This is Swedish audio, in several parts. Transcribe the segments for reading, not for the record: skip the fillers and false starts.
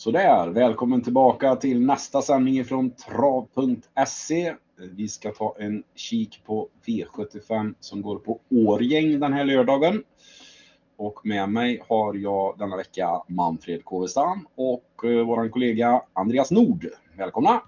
Sådär, välkommen tillbaka till nästa sändning från trav.se. Vi ska ta en kik på V75 som går på Årjäng den här lördagen. Och med mig har jag denna vecka Manfred Kåvestam och våran kollega Andreas Nord. Välkomna!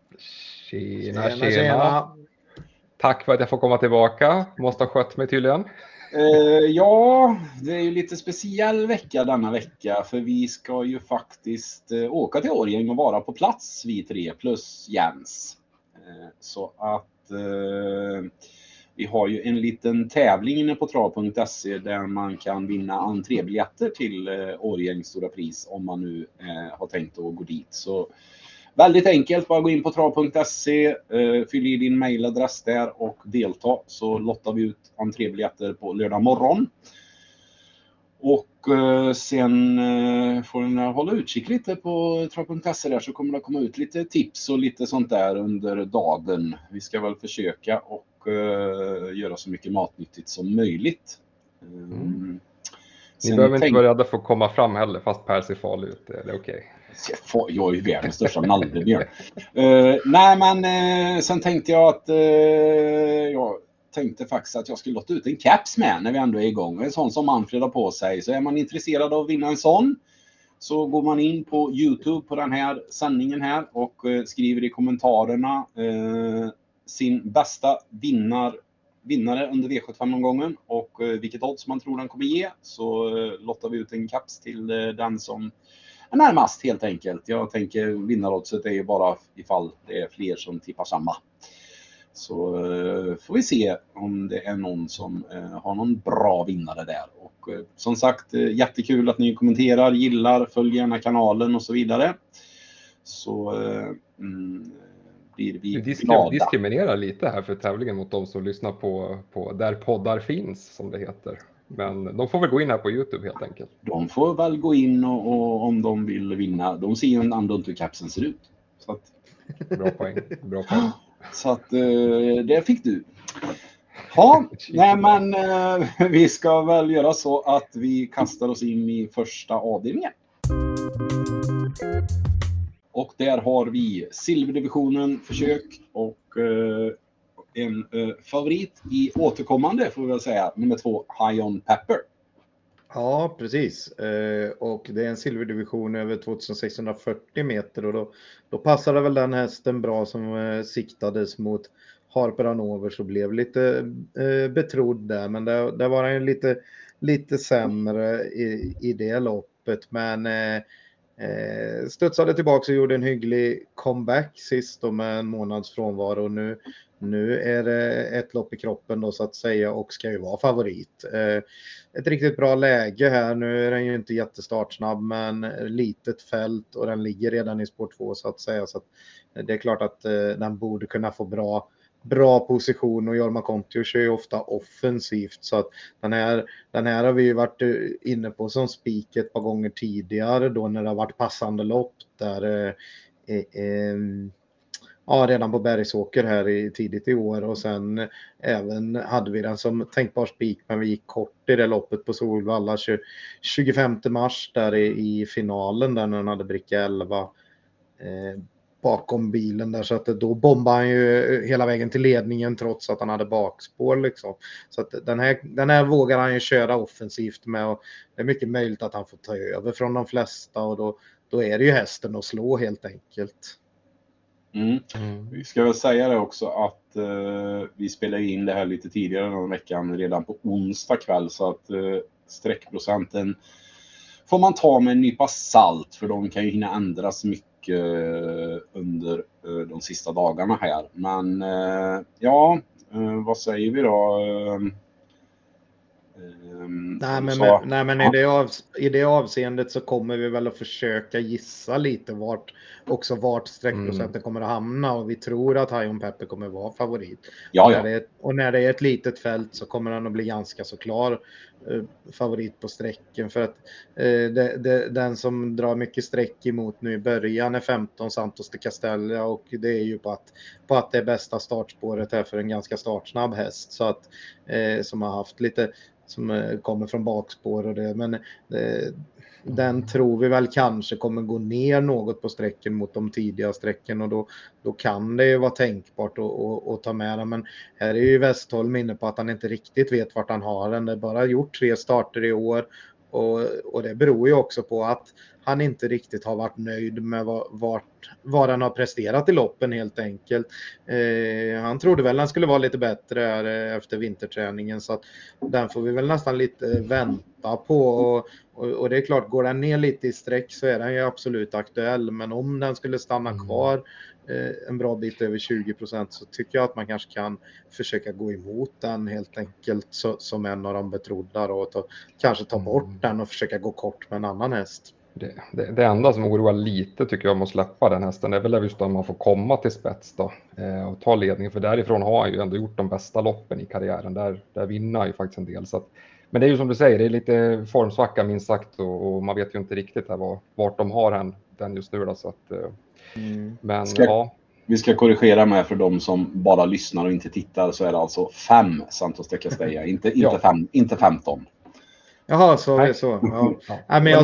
Tjena. Tack för att jag får komma tillbaka. Måste ha skött mig tydligen. Ja, det är ju lite speciell vecka denna vecka. För vi ska ju faktiskt åka till Årjäng och vara på plats vi tre plus Jens. Så att vi har ju en liten tävling inne på trav.se där man kan vinna entrébiljetter till Årjängs stora pris om man nu har tänkt att gå dit. Så väldigt enkelt, bara gå in på trav.se, fyll i din mailadress där och delta, så lottar vi ut entrébiljetter på lördag morgon. Och sen får ni hålla utkik lite på trav.se där, så kommer det komma ut lite tips och lite sånt där under dagen. Vi ska väl försöka och göra så mycket matnyttigt som möjligt. Ni behöver inte vara rädda för att komma fram heller, fast Per ser farlig ut. Det är okej. Jag är ju världens största nallebjörn. Nej, men sen tänkte jag att jag tänkte faktiskt att jag skulle låta ut en caps med när vi ändå är igång. En sån som Manfred har på sig. Så är man intresserad av att vinna en sån, så går man in på YouTube på den här sändningen här och skriver i kommentarerna sin bästa vinnare under V75-omgången och vilket odds man tror den kommer ge, så lottar vi ut en caps till den som är närmast helt enkelt. Jag tänker vinnaroddset är ju bara ifall det är fler som tippar samma. Så får vi se om det är någon som har någon bra vinnare där. Och som sagt, jättekul att ni kommenterar, gillar, följ gärna kanalen och så vidare. Så blir vi glada. Vi diskriminerar lite här för tävlingen mot de som lyssnar på där poddar finns, som det heter. Men de får väl gå in här på YouTube helt enkelt. De får väl gå in och om de vill vinna. De ser ju ändå inte hur kapsen ser ut. Så att... Bra poäng. Så att det fick du. Ja, nej men vi ska väl göra så att vi kastar oss in i första avdelningen. Och där har vi silverdivisionen försök och en favorit i återkommande, får vi väl säga, nummer 2, High on Pepper. Ja, precis. Och det är en silverdivision över 2640 meter och då passade väl den hästen bra som siktades mot Harper Hanover, så blev lite betrodd där. Men där var han lite sämre i det loppet. Men studsade tillbaka och gjorde en hygglig comeback sist då med en månads frånvaro. Nu är det ett lopp i kroppen då, så att säga, och ska ju vara favorit. Ett riktigt bra läge här. Nu är den ju inte jättestartsnabb, men litet fält och den ligger redan i spår 2 så att säga. Så att det är klart att den borde kunna få bra position, och Jorma Kontio kör ju ofta offensivt, så att den här har vi ju varit inne på som spik ett par gånger tidigare då när det har varit passande lopp där redan på Bergsåker här tidigt i år, och sen även hade vi den som tänkbar spik, men vi gick kort i det loppet på Solvalla 25 mars där i finalen där när han hade bricka 11 bakom bilen där, så att då bombade han ju hela vägen till ledningen trots att han hade bakspår liksom. Så att den här vågar han ju köra offensivt med, och det är mycket möjligt att han får ta över från de flesta, och då är det ju hästen att slå helt enkelt. Vi ska väl säga det också att vi spelar in det här lite tidigare den veckan, redan på onsdag kväll, så att sträckprocenten får man ta med en nypa salt, för de kan ju hinna ändras mycket under de sista dagarna här. Men vad säger vi då? Men i det avseendet så kommer vi väl att försöka gissa lite vart sträckprocenten kommer att hamna, och vi tror att High on Pepper kommer att vara favorit. Ja. När det är ett litet fält så kommer den att bli ganska så klar favorit på sträcken, för att den som drar mycket sträck emot nu i början är 15 Santos de Castella, och det är ju på att det är bästa startspåret här för en ganska startsnabb häst, så att som har haft lite som kommer från bakspår och det. Men den tror vi väl kanske kommer gå ner något på sträcken mot de tidiga sträcken, och då kan det ju vara tänkbart att ta med den. Men här är ju Westholm inne på att han inte riktigt vet vart han har den. Det är bara gjort 3 starter i år, och det beror ju också på att han inte riktigt har varit nöjd med vad han har presterat i loppen helt enkelt. Han trodde väl han skulle vara lite bättre här efter vinterträningen, så att den får vi väl nästan lite vänta på. Och det är klart, går den ner lite i sträck så är den ju absolut aktuell. Men om den skulle stanna kvar en bra bit över 20%, så tycker jag att man kanske kan försöka gå emot den helt enkelt som en av de betrodda, och kanske ta bort den och försöka gå kort med en annan häst. Det enda som oroar lite tycker jag om att släppa den hästen är väl just om man får komma till spets då, och ta ledningen, för därifrån har han ju ändå gjort de bästa loppen i karriären. Där vinner han ju faktiskt en del. Så att, men det är ju som du säger, det är lite formsvacka minst sagt, och man vet ju inte riktigt här vart de har den just nu då, så att, men vi ska korrigera med för de som bara lyssnar och inte tittar, så är det alltså 5 Santos de Castella, inte 15. Jaha, så är det så. Ja. Nej, men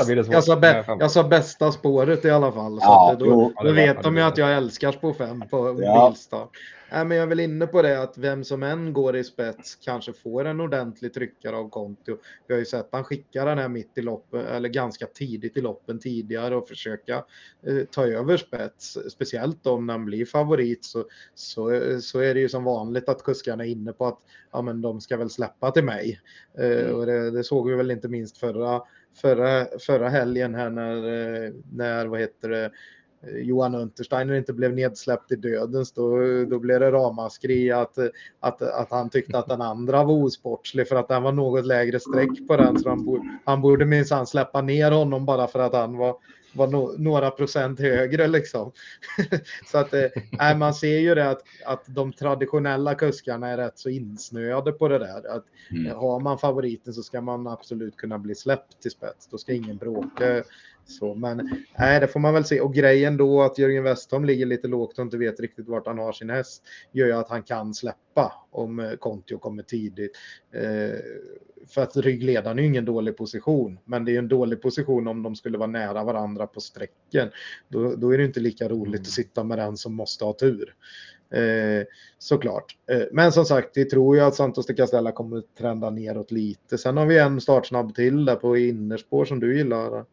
jag sa bästa spåret i alla fall. Så Ja, då vet de ju att jag älskar spår 5 på bilstart. Nej, men jag är väl inne på det att vem som än går i spets kanske får en ordentlig tryckare av Kontio. Vi har ju sett att han skickar den här mitt i loppen, eller ganska tidigt i loppen tidigare, och försöka ta över spets. Speciellt om den blir favorit, så är det ju som vanligt att kuskarna är inne på att ja, men de ska väl släppa till mig. Och det såg vi väl inte minst förra helgen här när vad heter det, Johan Untersteiner inte blev nedsläppt i dödens, då blev det ramaskri att han tyckte att den andra var osportslig för att den var något lägre streck på den, så han borde minsann släppa ner honom bara för att han var några procent högre liksom. Så att man ser ju det att de traditionella kuskarna är rätt så insnöade på det där, att har man favoriten så ska man absolut kunna bli släppt till spets, då ska ingen bråka. Så, men det får man väl se. Och grejen då att Jörgen Westholm ligger lite lågt och inte vet riktigt vart han har sin häst, gör ju att han kan släppa om Kontio kommer tidigt. För att ryggledaren är ju ingen dålig position, men det är ju en dålig position om de skulle vara nära varandra på sträcken. Då är det inte lika roligt att sitta med den som måste ha tur. Såklart. Men som sagt, vi tror ju att Santos de Castella kommer trenda neråt lite. Sen har vi en startsnabb till där på innerspår som du gillar.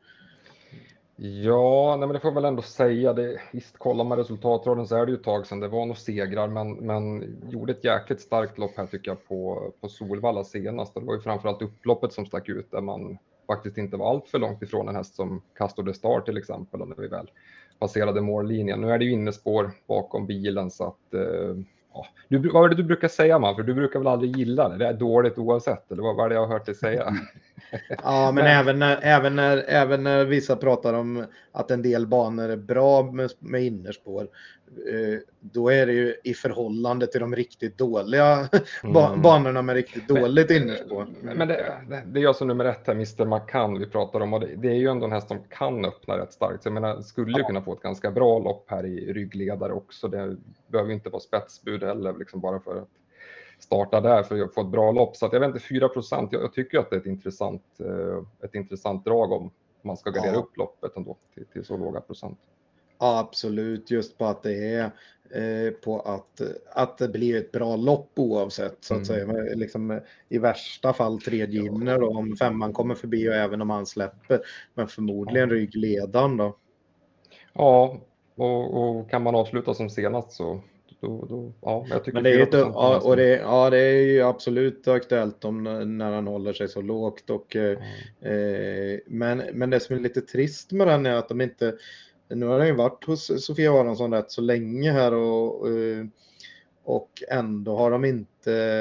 Ja, nej, men det får jag väl ändå säga. Visst, kollar man resultatraden så är det ju ett tag sedan det var några segrar, men gjorde ett jäkligt starkt lopp här tycker jag på Solvalla senast. Det var ju framförallt upploppet som stack ut, där man faktiskt inte var allt för långt ifrån en häst som Castor de Star till exempel, när vi väl passerade mållinjen. Nu är det ju innespår bakom bilen, så att vad är det du brukar säga, man? För du brukar väl aldrig gilla det? Det är dåligt oavsett, eller vad är det jag har hört dig säga? Ja, men även när vissa pratar om att en del banor är bra med innerspår, då är det ju i förhållande till de riktigt dåliga banorna med riktigt dåligt innerspår. Men det är alltså nummer 1 här, Mr. McCann vi pratar om, och det är ju ändå en häst som kan öppna rätt starkt. Så jag menar, skulle ju kunna få ett ganska bra lopp här i ryggledare också. Det behöver ju inte vara spetsbud heller, liksom bara för att starta där för att få ett bra lopp. Så att jag vet inte, 4%, jag tycker att det är ett intressant drag om man ska gardera upp loppet ändå till så låga procent. Ja, absolut, just på att det är på att det blir ett bra lopp oavsett, så att säga. Liksom, i värsta fall 3 inner då, om 5:an kommer förbi och även om han släpper, men förmodligen ryggledaren då. Ja, och kan man avsluta som senast så jag tycker. Men det är det är ju absolut aktuellt när han håller sig så lågt, och men det som är lite trist med den är att de inte, nu har den ju varit hos Sofia Aronsson rätt så länge här, och ändå har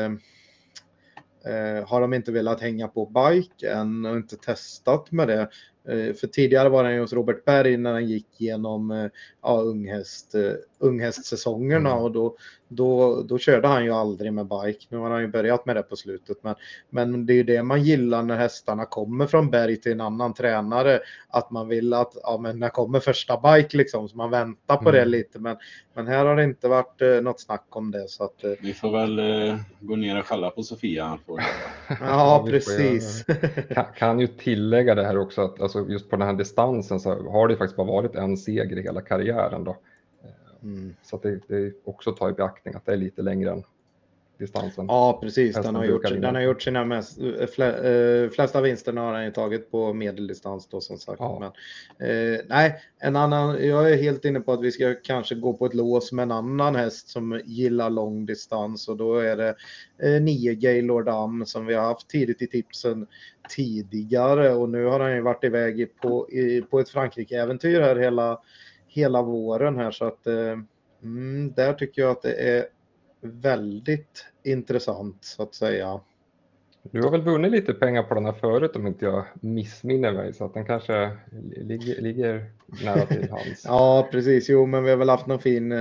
de inte velat hänga på bike än och inte testat med det. För tidigare var han ju hos Robert Berg när han gick igenom unghästsäsongerna och då körde han ju aldrig med bike. Nu har han ju börjat med det på slutet. Men det är ju det man gillar när hästarna kommer från Berg till en annan tränare. Att man vill att, men när kommer första bike liksom, så man väntar på det lite. Men här har det inte varit något snack om det. Så att, vi får väl gå ner och skälla på Sofia. Ja, precis. Kan ju tillägga det här också att alltså just på den här distansen så har det faktiskt bara varit en seger i hela karriären då. Så att det också tar i beaktning att det är lite längre än distansen. Ja, precis. Den har gjort sina flesta vinsterna har den ju tagit på medeldistans då, som sagt. Ja. Men, nej, jag är helt inne på att vi ska kanske gå på ett lås med en annan häst som gillar lång distans, och då är det 9 Gaylord Am som vi har haft tidigt i tipsen tidigare, och nu har han ju varit iväg på ett Frankrike-äventyr här hela våren här, så att där tycker jag att det är väldigt intressant så att säga. Du har väl vunnit lite pengar på den här förut om inte jag missminner mig, så att den kanske ligger nära till hands. Ja, precis. Jo, men vi har väl haft någon fin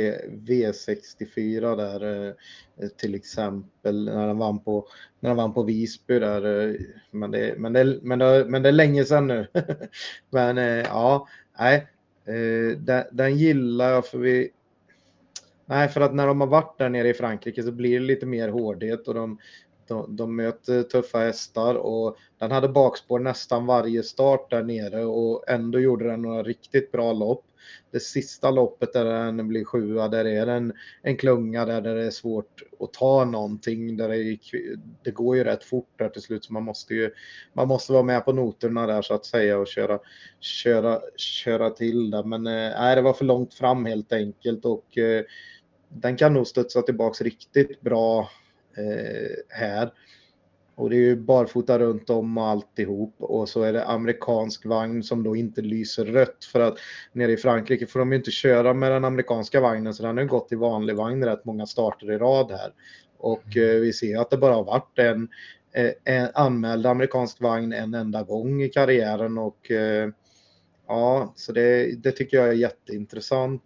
V64 där till exempel när den vann på Visby där, men det är länge sedan nu. Men ja, nej, den gillar jag för att när de har varit där nere i Frankrike så blir det lite mer hårdhet, och de möter tuffa hästar, och den hade bakspår nästan varje start där nere och ändå gjorde den några riktigt bra lopp. Det sista loppet där den blir 7:a, där är en klunga där det är svårt att ta någonting, där det går ju rätt fort där till slut, så man måste vara med på noterna där så att säga och köra till det. Men det var för långt fram helt enkelt, och den kan nog studsa tillbaks riktigt bra här. Och det är ju barfota runt om och alltihop, och så är det amerikansk vagn som då inte lyser rött, för att nere i Frankrike får de ju inte köra med den amerikanska vagnen, så den har gått i vanlig vagn rätt många starter i rad här. Och vi ser att det bara har varit en anmäld amerikansk vagn en enda gång i karriären, och ja, så det tycker jag är jätteintressant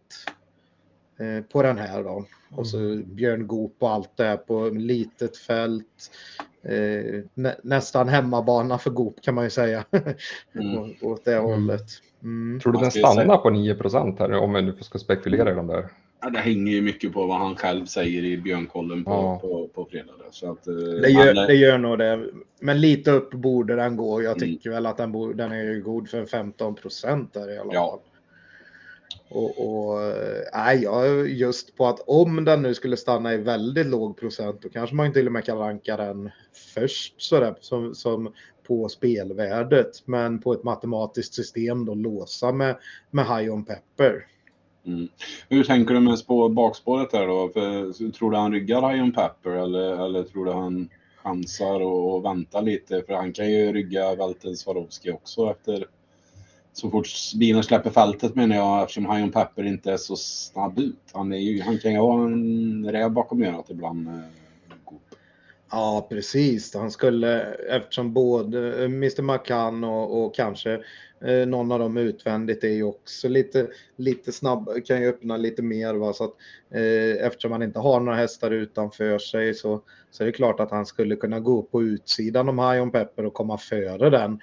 på den här då. Och så Björn Goop och allt det här på litet fält. Nästan hemmabana för Goop kan man ju säga. Åt det hållet. Tror du den stannar på 9% här, om man nu ska spekulera i de där? Ja, det hänger ju mycket på vad han själv säger i Björnkollen på fredag. Så att, det gör nog det. Men lite upp borde den gå. Jag tycker väl att den är ju god för 15% där i alla fall. Och just på att om den nu skulle stanna i väldigt låg procent, då kanske man till och med kan ranka den först sådär, som på spelvärdet, men på ett matematiskt system då låsa med High on Pepper. Hur tänker du med bakspåret här då? Tror du han ryggar High on Pepper eller tror du han chansar och väntar lite? För han kan ju rygga Välten Swarovski också efter så fort bilen släpper fältet, menar jag, eftersom High on Pepper inte är så snabb ut. Han kan ju ha en räv bakom örat ibland. Ja, precis. Han skulle, eftersom både Mr. McCann och kanske någon av dem utvändigt är ju också lite snabb, kan ju öppna lite mer, va? Så att eftersom han inte har några hästar utanför sig så är det klart att han skulle kunna gå på utsidan om High on Pepper och komma före den.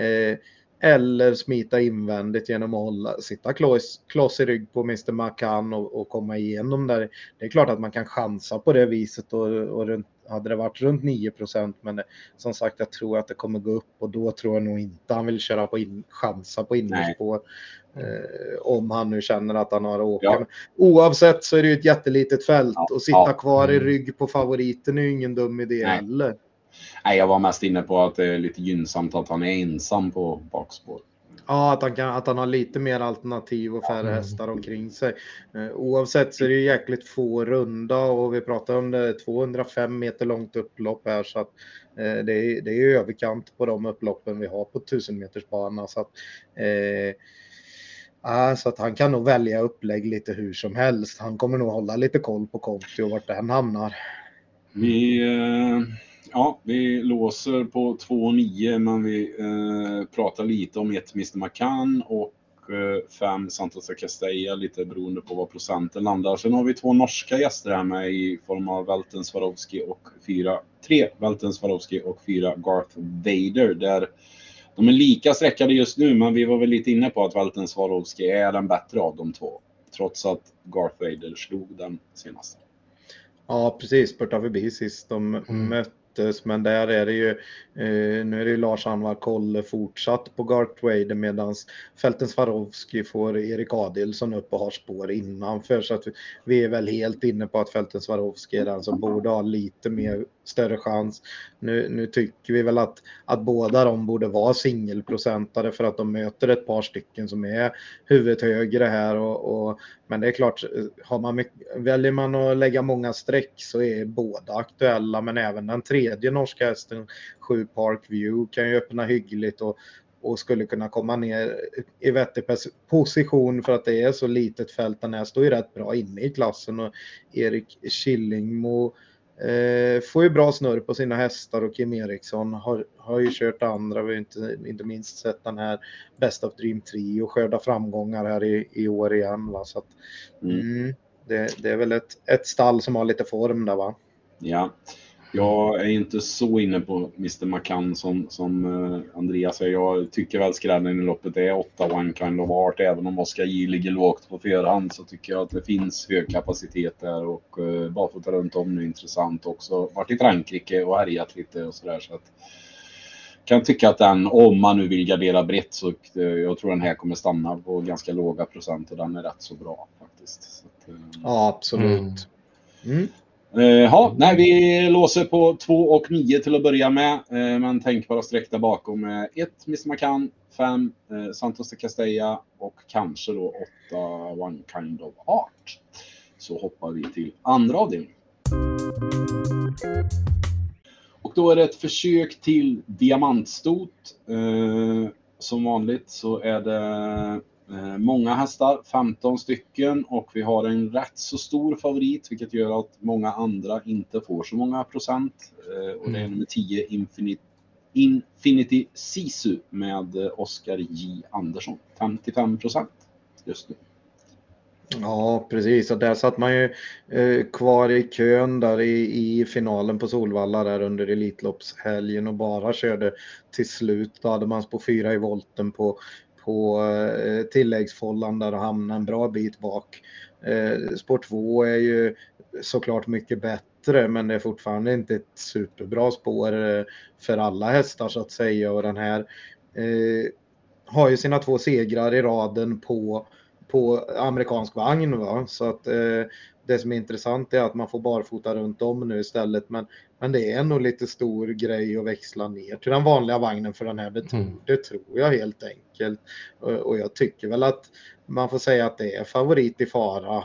Eller smita invändigt genom att sitta kloss i rygg på Mr. McCann och komma igenom där. Det är klart att man kan chansa på det viset, och hade det varit runt 9%, men som sagt, jag tror att det kommer gå upp, och då tror jag nog inte han vill köra chansa på innerspår. Om han nu känner att han har åkt. Ja. Oavsett så är det ju ett jättelitet fält, och sitta kvar i rygg på favoriten är ju ingen dum idé heller. Nej, jag var mest inne på att det är lite gynnsamt att han är ensam på bakspår. Ja, att han har lite mer alternativ och färre hästar omkring sig. Oavsett så är det ju jäkligt få runda, och vi pratar om det 205 meter långt upplopp här, så att det är ju överkant på de upploppen vi har på 1000 meters bana, så att han kan nog välja upplägg lite hur som helst. Han kommer nog hålla lite koll på Conti och vart den hamnar. Ja, vi låser på 2,9 men vi pratar lite om 1 Mr. McCann och 5 Santos Castella, lite beroende på vad procenten landar. Sen har vi 2 norska gäster här med i form av Velten Swarovski och 3 Velten Swarovski och 4 Garth Vader, där de är lika sträckade just nu, men vi var väl lite inne på att Velten Swarovski är den bättre av de två, trots att Garth Vader slog den senaste. Ja, precis. Spurtade förbi sist de möttes, men där är det ju nu är det ju Lars-Anvar Kolle fortsatt på Garth Vader, medan Velten Swarovski får Erik Adilsson upp och har spår innanför, så att vi är väl helt inne på att Velten Swarovski är den som borde ha lite mer större chans. Nu tycker vi väl att båda de borde vara singelprocentare, för att de möter ett par stycken som är huvudet högre här, men det är klart, väljer man att lägga många streck så är båda aktuella, men även den tredje norska hästen 7 Parkview kan ju öppna hyggligt och skulle kunna komma ner i vettig position, för att det är så litet fält. Den här står ju rätt bra inne i klassen, och Erik Killingmo får ju bra snurr på sina hästar, och Kim Eriksson har ju kört andra. Vi har inte minst sett den här Best of Dream 3 och skörda framgångar här i år igen, va? Så att, det är väl ett stall som har lite form där, va? Ja, jag är inte så inne på Mr. McCann som Andreas säger. Jag tycker väl skrällen i loppet är 8 One Kind of Art. Även om Oscar J ligger lågt på förhand, så tycker jag att det finns hög kapacitet där. Och barfota runt om nu är intressant också. Varit i Frankrike och härjat lite och sådär. Så att kan tycka att den, om man nu vill gardera brett, så jag tror den här kommer stanna på ganska låga procent. Och den är rätt så bra faktiskt. Så att, ja, absolut. Ja, nej, vi låser på 2,9 till att börja med, men tänk bara sträck där bakom med 1 Mr. McCann, 5 Santos de Castella och kanske då 8 One Kind of Art. Så hoppar vi till andra avdelningen. Och då är det ett försök till diamantstot. Som vanligt så är det många hästar, 15 stycken, och vi har en rätt så stor favorit, vilket gör att många andra inte får så många procent. Och det är nummer 10 Infinity Sisu med Oscar J. Andersson, 55% just nu. Ja, precis. Och där satt man ju kvar i kön där i finalen på Solvalla där under Elitloppshelgen och bara körde till slut. Då hade man på 4 i volten på tilläggsfållan där och hamnade en bra bit bak. Spår 2 är ju såklart mycket bättre, men det är fortfarande inte ett superbra spår för alla hästar så att säga. Och den här har ju sina 2 segrar i raden på amerikansk vagn, va? Så att det som är intressant är att man får barfota runt om nu istället, men det är nog lite stor grej att växla ner till den vanliga vagnen för den här det tror jag helt enkelt. Och jag tycker väl att man får säga att det är favorit i fara.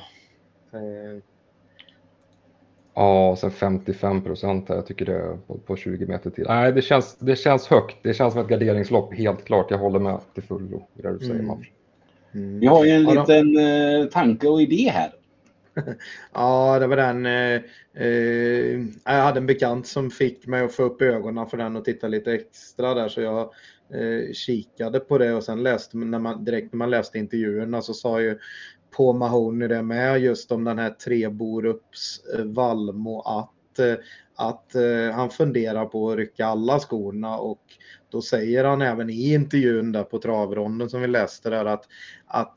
Ja, sen 55% här. Jag tycker det är på 20 meter till. Nej, det känns högt. Det känns som ett garderingslopp, helt klart. Jag håller med till fullo i det du säger, Mats. Vi har ju en liten tanke och idé här. Ja, det var den. Jag hade en bekant som fick mig att få upp ögonen för den och titta lite extra där, så jag kikade på det, och sen läste direkt när man läste intervjuerna så sa ju Paul Mahoney det med just om den här 3 Borups Valmo att han funderar på att rycka alla skorna, och då säger han även i intervjun där på travronden som vi läste där att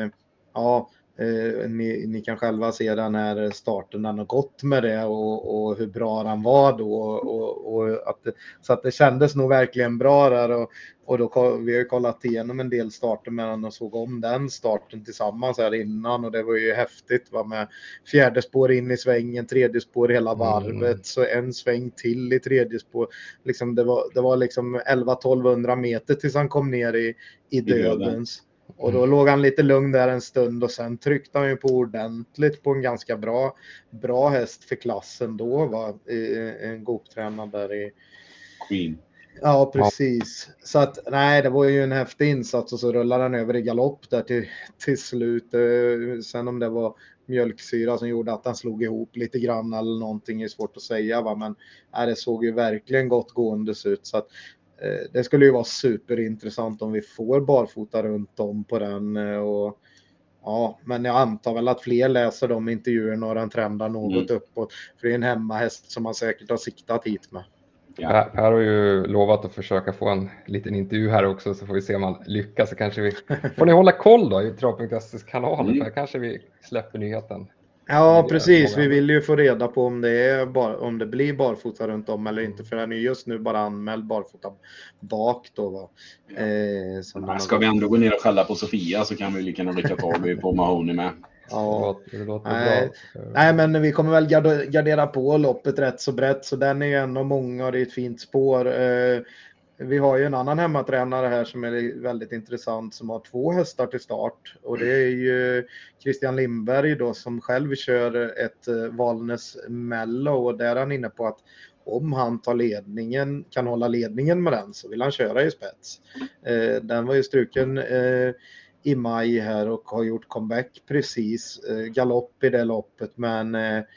ni kan själva se den här starten, den har gått med det och hur bra den var då, och så att det kändes nog verkligen bra där, och då vi har ju kollat igenom en del starter med den och såg om den starten tillsammans här innan, och det var ju häftigt, va, med 4:e spår in i svängen, 3:e spår hela varvet, så en sväng till i 3:e spår, liksom det var liksom 1100-1200 meter tills han kom ner i dödens. Och då låg han lite lugn där en stund, och sen tryckte han ju på ordentligt på en ganska bra häst för klassen då, va? En godtränad där i Queen. Ja, precis. Så att nej, det var ju en häftig insats, och så rullade han över i galopp där till slut. Sen om det var mjölksyra som gjorde att den slog ihop lite grann eller någonting, är svårt att säga, va? Men det såg ju verkligen gott gåendes ut, så att det skulle ju vara superintressant om vi får barfota runt om på den. Och ja, men jag antar väl att fler läser de intervjuerna och den trendar något uppåt, för det är en hemmahäst som man säkert har siktat hit med. Ja. Per har ju lovat att försöka få en liten intervju här också, så får vi se om man lyckas. Så kanske vi får ni hålla koll då i Trav.ses kanal, för kanske vi släpper nyheten. Ja, precis. Vi vill ju få reda på om det blir barfota runt om eller inte, för den är just nu bara anmäld barfota bak då, va. Ska vi ändå gå ner och skälla på Sofia, så kan vi lika gärna rycka tag på Mahoney med. Ja, det låter bra. Nej, men vi kommer väl gardera på loppet rätt så brett, så den är ju en av många och det är ett fint spår. Vi har ju en annan hemmatränare här som är väldigt intressant, som har 2 hästar till start, och det är ju Christian Lindberg då, som själv kör ett Valnes Mello, och där är han inne på att om han kan hålla ledningen med den, så vill han köra i spets. Den var ju struken i maj här och har gjort comeback precis, galopp i det loppet, men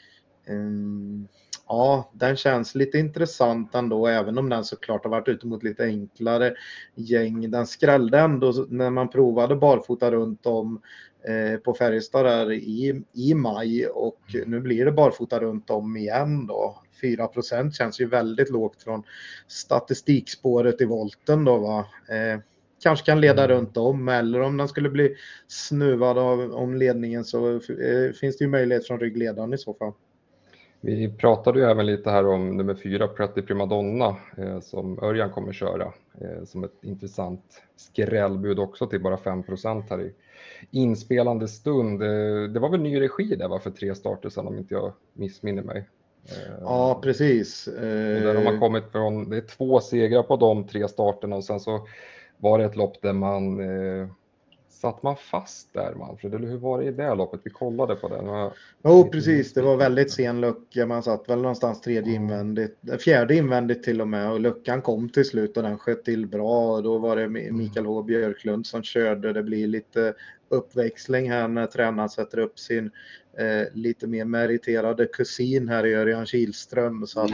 ja, den känns lite intressant ändå, även om den såklart har varit ute mot lite enklare gäng. Den skrällde ändå när man provade barfota runt om på Färjestad där i maj, och nu blir det barfota runt om igen då. 4% känns ju väldigt lågt från statistikspåret i volten då, va. Kanske kan leda runt om, eller om den skulle bli snuvad om ledningen, så finns det ju möjlighet från ryggledaren i så fall. Vi pratade ju även lite här om nummer 4, Pretty Primadonna, som Örjan kommer köra som ett intressant skrällbud också till bara 5% här i inspelande stund. Det var väl ny regi där, för 3 starter sedan, om inte jag missminner mig. Ja, precis. Och där har man kommit från, det är 2 segrar på de 3 starterna, och sen så var det ett lopp där satt man fast där, Manfred, eller hur var det i det loppet? Vi kollade på det. Jo, precis. Det var väldigt sen lucka. Man satt väl någonstans 4:e invändigt till och med, och luckan kom till slut och den sköt till bra, och då var det Mikael H. Björklund som körde. Det blir lite uppväxling här när tränaren sätter upp sin lite mer meriterade kusin här i Örjan Kihlström, så att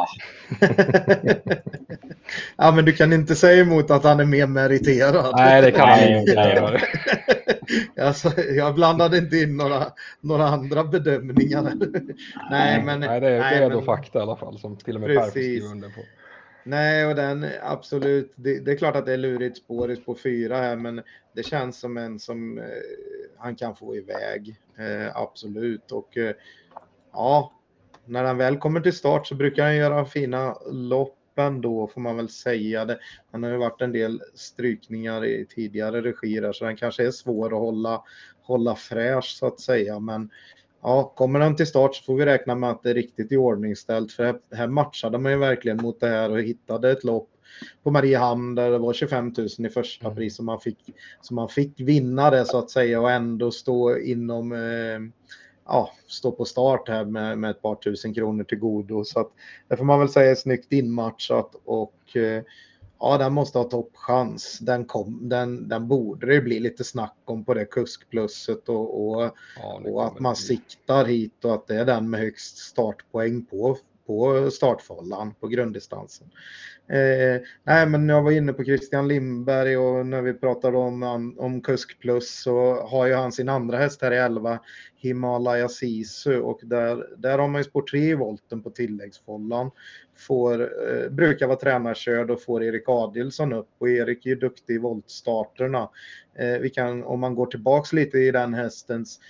ja, men du kan inte säga emot att han är mer meriterad. Nej, det kan han inte. Alltså, jag blandade inte in några andra bedömningar. Nej, det är då fakta i alla fall, som till och med Per skriver under på. Nej, och den absolut, det är klart att det är lurigt spår 4 här, men det känns som en som han kan få iväg, absolut. Och ja, när han väl kommer till start så brukar han göra fina loppen då, får man väl säga det. Han har ju varit en del strykningar i tidigare regier, så den kanske är svår att hålla fräsch så att säga, men ja, kommer den till start så får vi räkna med att det är riktigt iordningställt, för här matchade man ju verkligen mot det här och hittade ett lopp på Mariehamn där det var 25 000 i första pris, som man fick vinna det så att säga, och ändå stå stå på start här med ett par tusen kronor till godo, så att det får man väl säga är snyggt inmatchat, och ja, den måste ha toppchans. Den borde det bli lite snack om på det kuskplusset, och att man siktar hit, och att det är den med högst startpoäng på startfållan på grunddistansen. Nej, men jag var inne på Christian Lindberg, och när vi pratade om kusk plus, så har ju han sin andra häst här i 11, Himalaya Sisu, och där har man ju spår 3 i volten på tilläggsfållan. Brukar vara tränarkörd och får Erik Adilsson upp, och Erik är ju duktig i voltstarterna. Om man går tillbaks lite i den hästens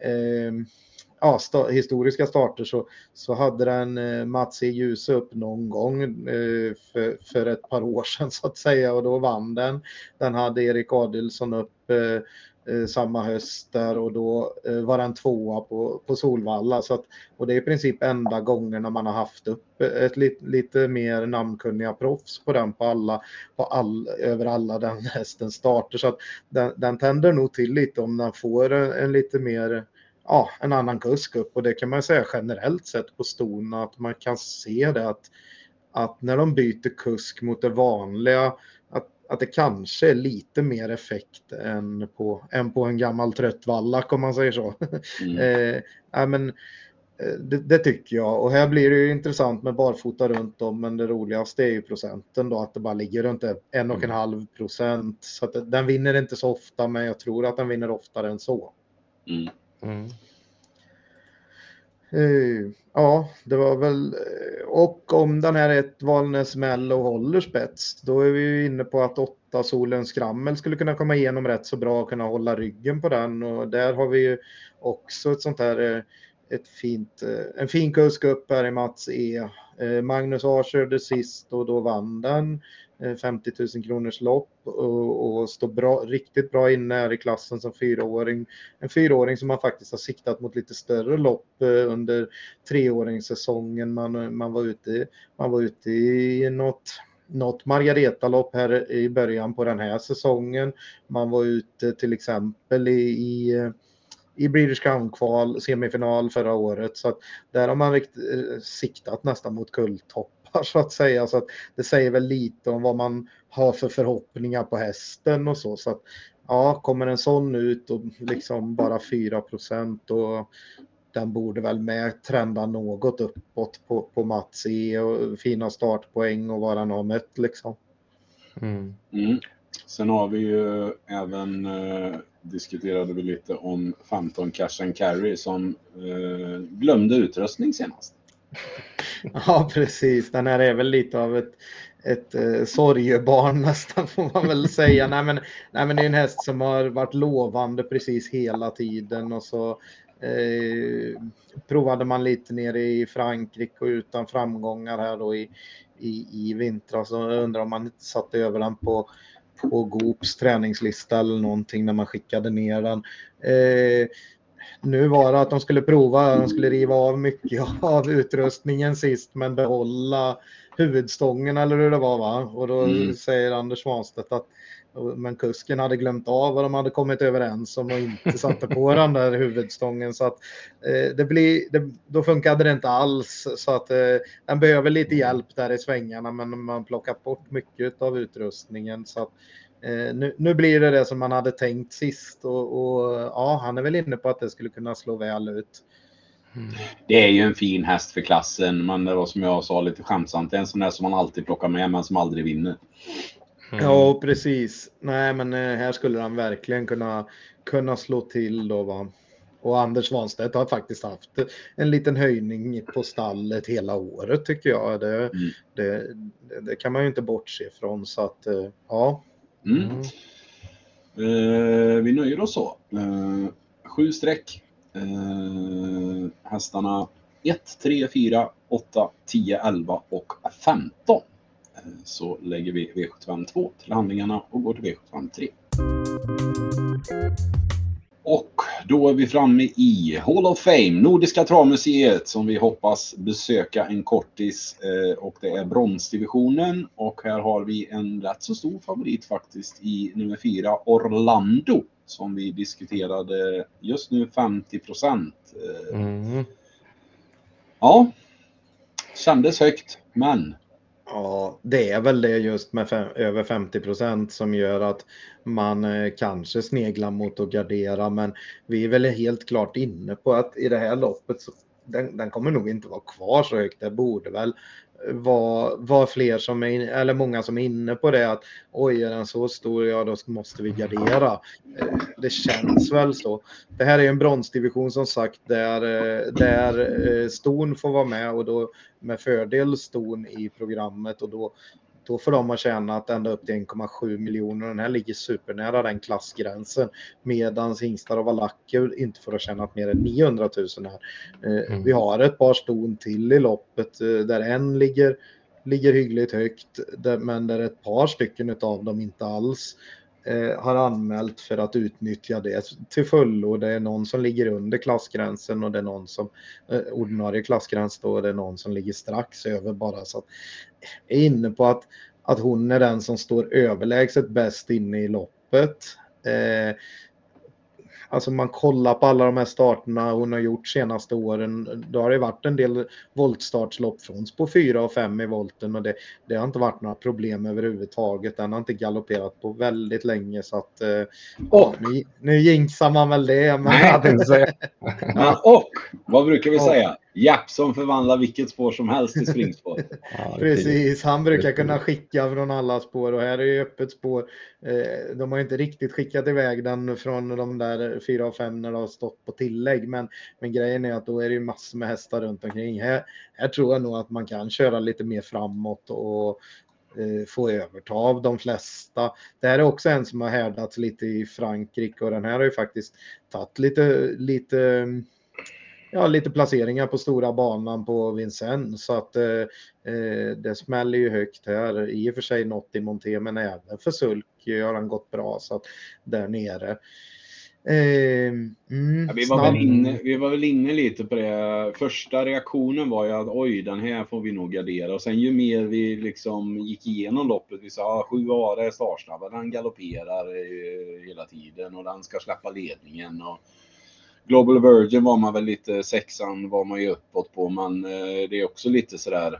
historiska starter, så hade den Mats E. Ljus upp någon gång för ett par år sedan så att säga, och då vann den. Den hade Erik Adilsson upp samma höst där, och då var den 2:a på Solvalla, så att, och det är i princip enda gångerna man har haft upp ett lite mer namnkunniga proffs på den över alla den hästens starter, så att den tänder nog till lite om den får en lite mer en annan kusk upp, och det kan man säga generellt sett på ston, att man kan se det att när de byter kusk mot det vanliga, att det kanske är lite mer effekt än på en gammal trött vallack, om man säger så. Men det tycker jag. Och här blir det ju intressant med barfota runt om, men det roligaste är ju procenten då, att det bara ligger runt 1,5%. Så att den vinner inte så ofta, men jag tror att den vinner oftare än så. Ja, det var väl, och om den här ett Valnes Mello håller spets, då är vi ju inne på att 8 Solens Skrammel skulle kunna komma igenom rätt så bra och kunna hålla ryggen på den, och där har vi ju också ett sånt här en fin kusk upp här i Mats E. Magnus A körde sist och då vann den 50 000 kronors lopp och står riktigt bra inne här i klassen som 4-åring. En 4-åring som man faktiskt har siktat mot lite större lopp under 3-åringssäsongen. Man var ute i något Margareta-lopp här i början på den här säsongen. Man var ute till exempel i British Crown-kval semifinal förra året, så att där har man siktat nästan mot guldtoppar, så att säga, så att det säger väl lite om vad man har för förhoppningar på hästen och så att ja, kommer en sån ut och liksom bara 4%, och den borde väl med trenda något uppåt på Mats E och fina startpoäng och vad han har mött liksom. Sen har vi ju även diskuterade vi lite om 15 Cash and Carry som glömde utrustning senast. Ja, precis. Den här är väl lite av ett sorgebarn nästan, får man väl säga. Nej men det är en häst som har varit lovande precis hela tiden, och så provade man lite nere i Frankrike och utan framgångar här då i vintras, så undrar om man inte satte över den på Goops träningslista eller någonting när man skickade ner den. Nu var det att de skulle riva av mycket av utrustningen sist, men behålla huvudstången eller hur det var, va? Och då säger Anders Svanstedt att men kusken hade glömt av vad de hade kommit överens om och inte satte på den där huvudstången, så att då funkade det inte alls, så att den behöver lite hjälp där i svängarna, men man plockat bort mycket av utrustningen, så att nu blir det som man hade tänkt sist, och ja, han är väl inne på att det skulle kunna slå väl ut. Det är ju en fin häst för klassen, men det var som jag sa lite skämtsamt, det är en sån där som man alltid plockar med men som aldrig vinner. Ja, precis. Nej, men här skulle han verkligen kunna slå till då, va. Och Anders Svanstedt har faktiskt haft en liten höjning på stallet hela året, tycker jag. Det kan man ju inte bortse från, så att ja. Vi nöjer oss så. 7 streck. Hästarna 1, 3, 4, 8, 10, 11 och 15. Så lägger vi V75 till handlingarna och går till V75 3. Och då är vi framme i Hall of Fame, Nordiska travmuseet, som vi hoppas besöka en kortis, och det är bronsdivisionen, och här har vi en rätt så stor favorit faktiskt i nummer 4, Orlando, som vi diskuterade just nu 50%. Ja, kändes högt, men ja, det är väl det just med över 50% som gör att man kanske sneglar mot att gardera, men vi är väl helt klart inne på att i det här loppet så den kommer nog inte vara kvar så högt. Det borde väl vara fler som eller många som är inne på det, att oj, är den så stor, ja då måste vi gardera. Det känns väl så. Det här är en bronsdivision som sagt där Ston får vara med, och då med fördel Ston i programmet, och då får de ha tjänat ända upp till 1,7 miljoner. Den här ligger supernära den klassgränsen, medan hingstar och valacker inte får ha tjänat mer än 900 000 här. Vi har ett par ston till i loppet där en ligger hyggligt högt, men där ett par stycken av dem inte alls har anmält för att utnyttja det till fullo. Det är någon som ligger under klassgränsen, och det är någon som ordinarie klassgräns då, och det är någon som ligger strax över bara, så att jag är inne på att hon är den som står överlägset bäst inne i loppet. alltså man kollar på alla de här starterna hon har gjort senaste åren, då har det varit en del voltstartslopp från spår 4 och 5 i volten, och det har inte varit några problem överhuvudtaget. Den har inte galopperat på väldigt länge, så att nu jinxar man väl det. Men... Men och vad brukar vi säga? Jackson förvandlar vilket spår som helst till springspår. Precis, han brukar kunna skicka från alla spår, och här är ju öppet spår. De har inte riktigt skickat iväg den från de där 4 och 5 när det har stått på tillägg, men grejen är att då är det ju massor med hästar runt omkring. Här tror jag nog att man kan köra lite mer framåt och få överta av de flesta. Det här är också en som har härdats lite i Frankrike, och den här har ju faktiskt tagit lite placeringar på stora banan på Vincennes, så att det smäller ju högt här. I och för sig något i Monté, men även för Sulk har han gått bra, så att där nere. Vi var väl inne lite på det. Första reaktionen var ju att oj, den här får vi nog gardera, och sen ju mer vi liksom gick igenom loppet, vi sa 7 Are är startsnabba, den galopperar hela tiden och den ska släppa ledningen, och Global Virgin var man väl lite, 6an var man ju uppåt på, men det är också lite sådär,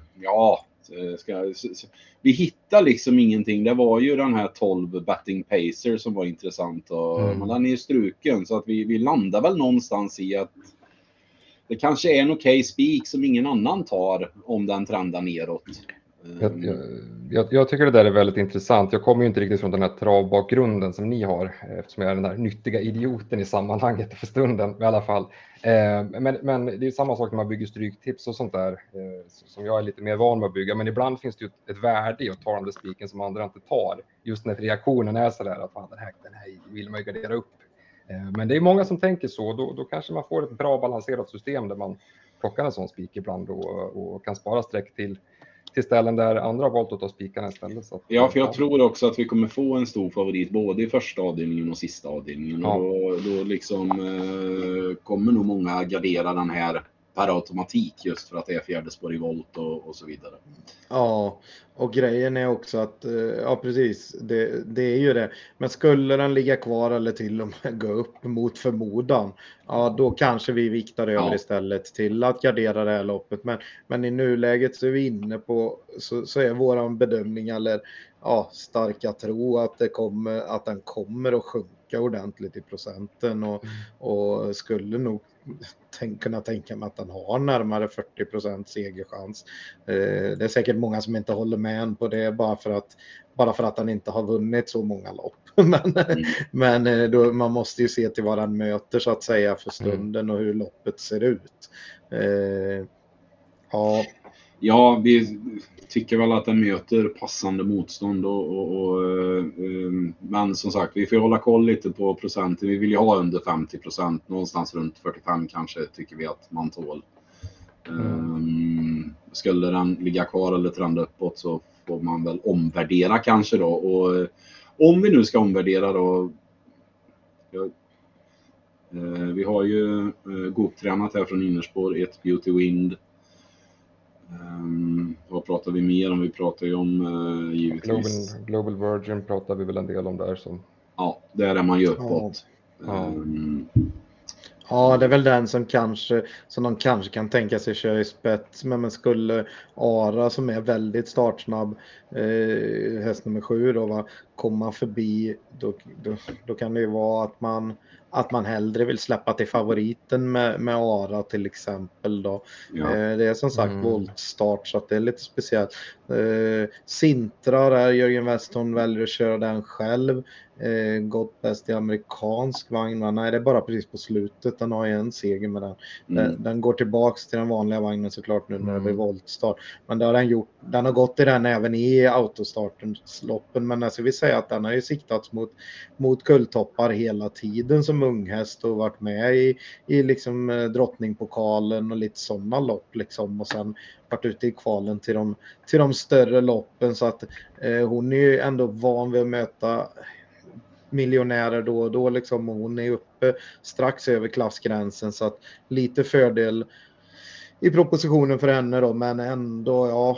vi hittar liksom ingenting. Det var ju den här 12 Batting Pacer som var intressant, men den är ju struken, så att vi landar väl någonstans i att det kanske är en okej spik som ingen annan tar om den trendar neråt. Jag tycker det där är väldigt intressant. Jag kommer ju inte riktigt från den här travbakgrunden som ni har, eftersom jag är den här nyttiga idioten i sammanhanget för stunden i alla fall. Men det är samma sak när man bygger stryktips och sånt där, som jag är lite mer van med att bygga. Men ibland finns det ju ett värde i att ta de där spiken som andra inte tar. Just när reaktionen är sådär att den här vill man ju gardera upp. Men det är många som tänker så. Då kanske man får ett bra balanserat system där man plockar en sån spik ibland och kan spara streck till ställen där andra har valt att ta spikarna istället. Så att, för jag tror också att vi kommer få en stor favorit både i första avdelningen och sista avdelningen. Ja. Och då liksom kommer nog många gardera den här per automatik, just för att det är fjärde spår i volt och så vidare. Ja, och grejen är också att, ja precis, det är ju det. Men skulle den ligga kvar eller till och med gå upp mot förmodan, ja då kanske vi viktar över istället till att gardera det här loppet. Men i nuläget så är vi inne på, så är våran bedömning eller starka tro att den kommer att sjunka ordentligt i procenten, och skulle nog kunna tänka mig att den har närmare 40% segerchans. Det är säkert många som inte håller med än på det, bara för att han inte har vunnit så många lopp. Men då, man måste ju se till vad han möter så att säga för stunden och hur loppet ser ut. Ja, vi tycker väl att den möter passande motstånd men som sagt, vi får hålla koll lite på procenten. Vi vill ju ha under 50%, någonstans runt 45 kanske tycker vi att man tål. Skulle den ligga kvar eller trenda uppåt så får man väl omvärdera kanske då. Och om vi nu ska omvärdera då, vi har ju godtränat här från innerspår, ett Beauty Wind. Vad pratar vi mer om? Vi pratar ju om givetvis Global Virgin pratar vi väl en del om där som... Ja, där är man ju uppåt. Ja, det är väl den som de kanske kan tänka sig köra i spets, men skulle Ara som är väldigt startsnabb, häst nummer 7 då, komma förbi, då kan det ju vara att man hellre vill släppa till favoriten med Ara till exempel då. Ja. Det är som sagt voltstart, så att det är lite speciellt. Sintra där, Jörgen Westholm väljer att köra den själv. Gått bäst i amerikansk vagn. Nej, det är bara precis på slutet. Den har ju en seger med den. Den går tillbaks till den vanliga vagnen såklart nu när det blir voltstart. Men det har den gjort. Den har gått i den även i autostartensloppen. Men alltså vi säger att den har ju siktats mot kulltoppar hela tiden som unghäst och varit med i liksom drottningpokalen och lite sådana lopp liksom. Och sen varit ute i kvalen till de större loppen, så att hon är ju ändå van vid att möta miljonärer då och då liksom. Hon är uppe strax över klassgränsen, så att lite fördel i propositionen för henne då, men ändå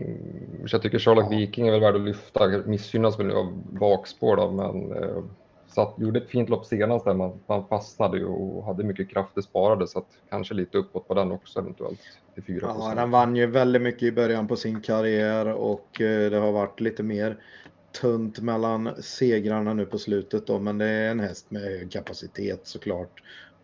jag tycker Charlotte Viking är väl värd att lyfta, missgynnas väl nu av bakspår då, men gjorde ett fint lopp senast där man fastnade ju och hade mycket krafter sparade, så att kanske lite uppåt på den också eventuellt till 4%. Ja, den vann ju väldigt mycket i början på sin karriär och det har varit lite mer tunt mellan segrarna nu på slutet då, men det är en häst med hög kapacitet såklart.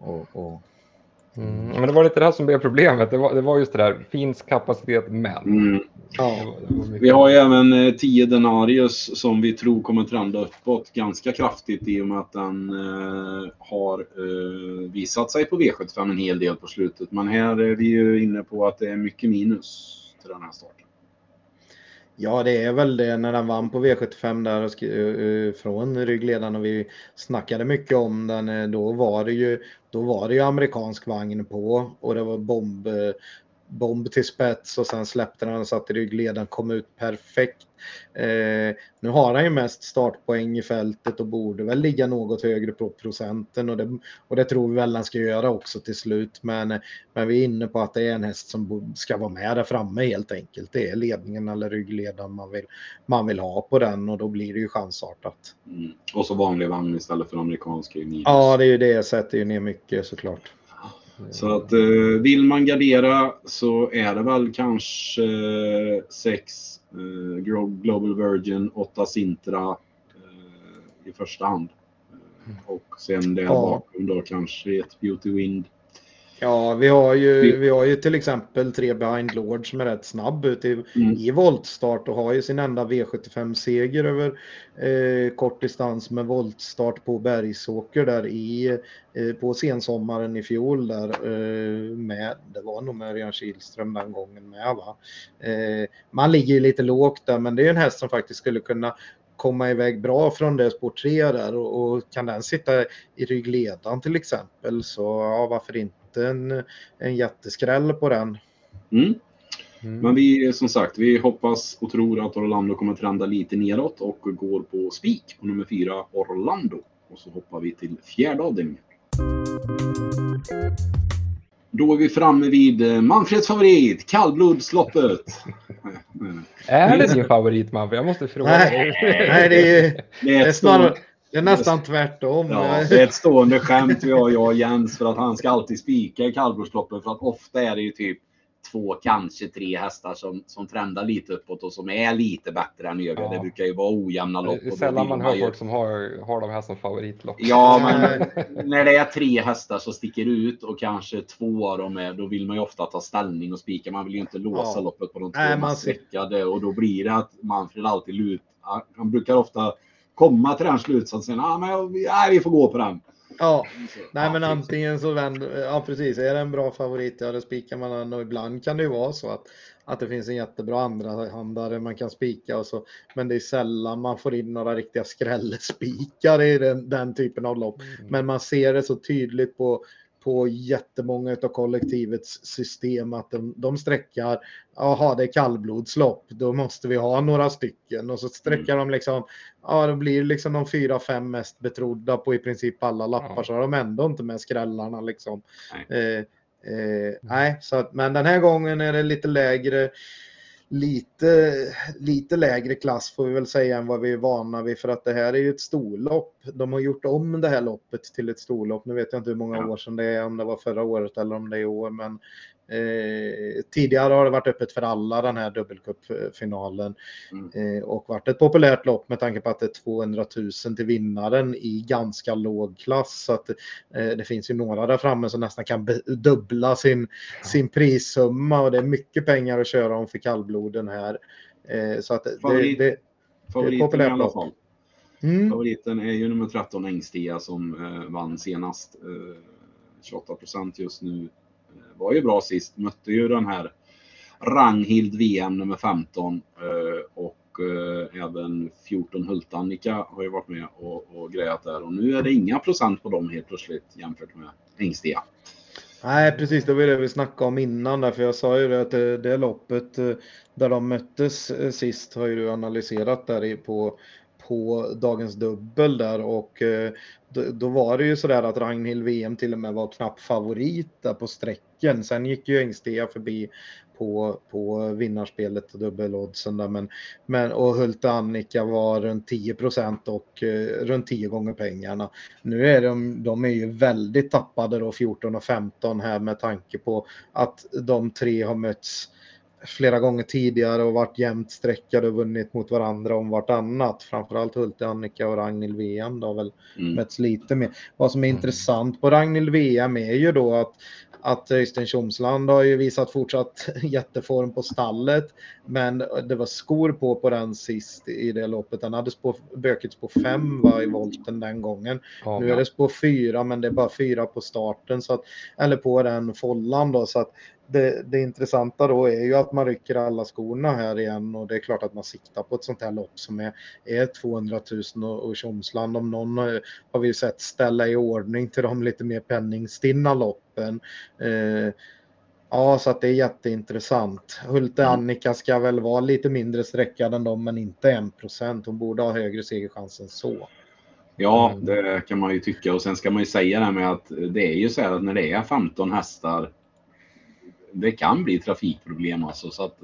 Men det var lite det här som blev problemet. Det var just det där, finns kapacitet men. Ja. Vi har ju även 10 Denarius som vi tror kommer trenda uppåt ganska kraftigt i och med att den har visat sig på V75 en hel del på slutet. Men här är vi ju inne på att det är mycket minus till den här starten. Ja, det är väl det när den vann på V75 där från ryggledaren och vi snackade mycket om den. Då var det ju amerikansk vagn på och det var bomb till spets och sen släppte den och satt i ryggledaren, kom ut perfekt. Nu har han ju mest startpoäng i fältet och borde väl ligga något högre på procenten och det tror vi väl han ska göra också till slut, men vi är inne på att det är en häst som ska vara med där framme helt enkelt. Det är ledningen eller ryggledaren man vill ha på den och då blir det ju chansartat. Och så vanlig vagn istället för amerikansk minus. Ja, det är ju det, jag sätter ju ner mycket såklart. Så att vill man gardera så är det väl kanske 6 Global Virgin, 8 Sintra i första hand. Och sen där bakom då kanske ett Beauty Wind. Ja, vi har ju till exempel 3 Behind Lord som är rätt snabb ut i voltstart och har ju sin enda V75-seger över kort distans med voltstart på Bergsåker där på sensommaren i fjol där det var nog med Örjan Kihlström den gången med, va? Man ligger ju lite lågt där, men det är en häst som faktiskt skulle kunna komma iväg bra från det spår 3 där och kan den sitta i ryggledan till exempel, så ja, varför inte en jätteskräll på den. Men vi, som sagt, vi hoppas och tror att Orlando kommer trenda lite neråt och går på spik på nummer 4 Orlando, och så hoppar vi till fjärde avdelningen. Då är vi framme vid Manfreds favorit, kallblodsloppet. Är det din favorit, Manfred? Jag måste fråga. Nej, det är snarare... Det är nästan tvärtom. Ja, det är ett stående skämt vi har, jag och Jens, för att han ska alltid spika i kallblodsloppen, för att ofta är det ju typ 2, kanske 3 hästar som trendar lite uppåt och som är lite bättre än övriga. Det brukar ju vara ojämna lopp. Det är sällan man hör folk som har de här som favoritlopp. Ja, men när det är 3 hästar som sticker ut och kanske 2 av dem är, då vill man ju ofta ta ställning och spika. Man vill ju inte låsa loppet på de 2 man sträckade, och då blir det att Manfred alltid han brukar ofta komma till den slutsatsen. Vi får gå på den. Ja, nej, men antingen så precis, är det en bra favorit, då spikar man den, och ibland kan det ju vara så att det finns en jättebra andrahandare man kan spika och så, men det är sällan man får in några riktiga skrällespikar i den typen av lopp, men man ser det så tydligt på jättemånga av kollektivets system att de sträckar, det är kallblodslopp, då måste vi ha några stycken, och så sträckar de liksom, då blir liksom de 4-5 mest betrodda på i princip alla lappar, så har de ändå inte med skrällarna liksom. Nej, så att, men den här gången är det lite lägre klass får vi väl säga än vad vi är vana vid, för att det här är ju ett storlopp. De har gjort om det här loppet till ett storlopp. Nu vet jag inte hur många år sedan det är, om det var förra året eller om det är i år, men tidigare har det varit öppet för alla, den här dubbelcupfinalen, och varit ett populärt lopp med tanke på att det är 200 000 till vinnaren i ganska låg klass, så att det finns ju några där framme som nästan kan dubbla sin prissumma, och det är mycket pengar att köra om för kallbloden här, så att det är populärt lopp. Favoriten är ju nummer 13 Engstia som vann senast, 28% just nu. Var ju bra sist, mötte ju den här Ranghild VM nummer 15 och även 14 Hultannika har ju varit med och grejat där, och nu är det inga procent på dem helt plötsligt jämfört med Engstia. Nej, precis, det var det vi snackade om innan där, för jag sa ju det att det loppet där de möttes sist har ju du analyserat där på dagens dubbel där, och då var det ju sådär att Ragnhild VM till och med var knapp favorit där på sträckan stycken. Sen gick ju Engstea förbi på vinnarspelet och dubbeloddsen där, och Hulte Annika var runt 10% och runt 10 gånger pengarna. Nu är de är ju väldigt tappade då, 14 och 15 här, med tanke på att de tre har mötts flera gånger tidigare och varit jämnt sträckade och vunnit mot varandra om vartannat. Framförallt Hulte Annika och Ragnhild VM då väl mötts lite mer. Vad som är intressant på Ragnhild VM är ju då att Öystein Tjomsland har ju visat fortsatt jätteform på stallet, men det var skor på den sist i det loppet. Den hade bökits på 5 i volten den gången. Ja, nu är det på 4, men det är bara 4 på starten, så att, eller på den follan då, så att det intressanta då är ju att man rycker alla skorna här igen, och det är klart att man siktar på ett sånt här lopp som är 200 000 och Tjomsland om någon har vi ju sett ställa i ordning till de lite mer penningstinna loppen. Ja, så att det är jätteintressant. Hulte Annika ska väl vara lite mindre sträckad än dem, men inte 1%. Hon borde ha högre segerchans än så. Ja, det kan man ju tycka, och sen ska man ju säga det här med att det är ju så här att när det är 15 hästar, det kan bli trafikproblem alltså, så att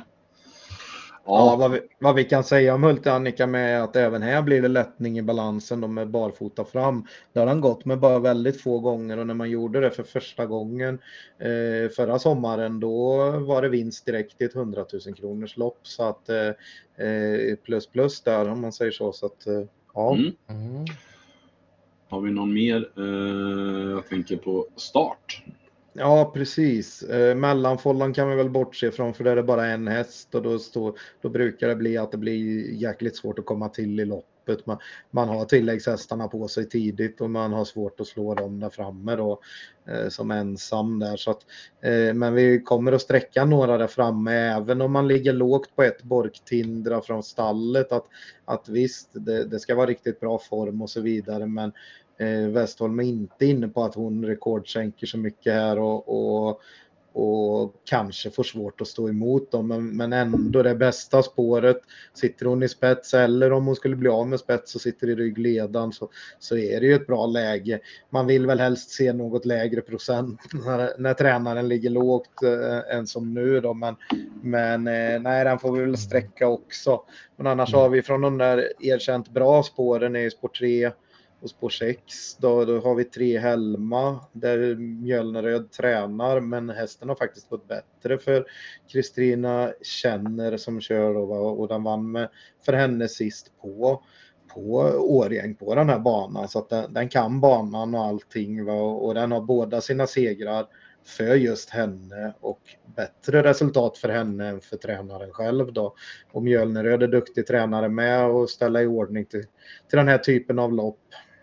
ja, vad vi kan säga om Hulte Annika med att även här blir det lättning i balansen, de är barfota fram. Det har han gått med bara väldigt få gånger, och när man gjorde det för första gången förra sommaren, då var det vinst direkt i ett 100 000 kronors lopp, så att plus där om man säger så att ja. Har vi någon mer? Jag tänker på start. Ja, precis. Mellanfållan kan vi väl bortse från, för där är det bara en häst, och då brukar det bli att det blir jäkligt svårt att komma till i loppet. Man har tilläggshästarna på sig tidigt, och man har svårt att slå dem där framme då, som ensam där. Så att, men vi kommer att sträcka några där framme, även om man ligger lågt på ett Borktindra från stallet. Att visst, det ska vara riktigt bra form och så vidare, men Westholm är inte inne på att hon rekordsänker så mycket här, och kanske får svårt att stå emot dem, men ändå det bästa spåret. Sitter hon i spets, eller om hon skulle bli av med spets och sitter i ryggledan, så är det ju ett bra läge. Man vill väl helst se något lägre procent när tränaren ligger lågt än som nu då, men nej, den får vi väl sträcka också. Men annars har vi från de där erkänt bra spåren i spår 3 och spår 6, då har vi 3 Helma där Mjölneröd tränar, men hästen har faktiskt fått bättre för Kristina Känner som kör då, och den vann för henne sist på Årgäng på den här banan, så att den kan banan och allting, och den har båda sina segrar för just henne, och bättre resultat för henne än för tränaren själv då. Och Mjölneröd är duktig tränare med att ställa i ordning till den här typen av lopp.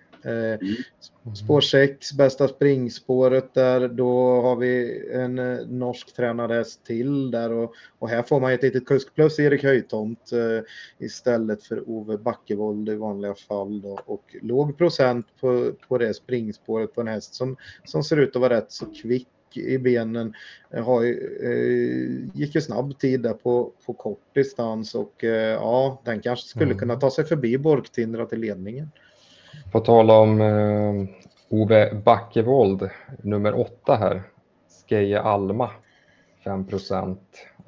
Spår 6, bästa springspåret där, då har vi en norsk tränad häst till där, och här får man ett litet kuskplus, Erik Höjtomt istället för Ove Backevold i vanliga fall då, och låg procent på det springspåret på en häst som ser ut att vara rätt så kvick i benen. Gick ju snabb tid där på kort distans, och ja, den kanske skulle kunna ta sig förbi Borktindra till ledningen. På tala om Ove Backevold, nummer 8 här, Skeje Alma, 5%.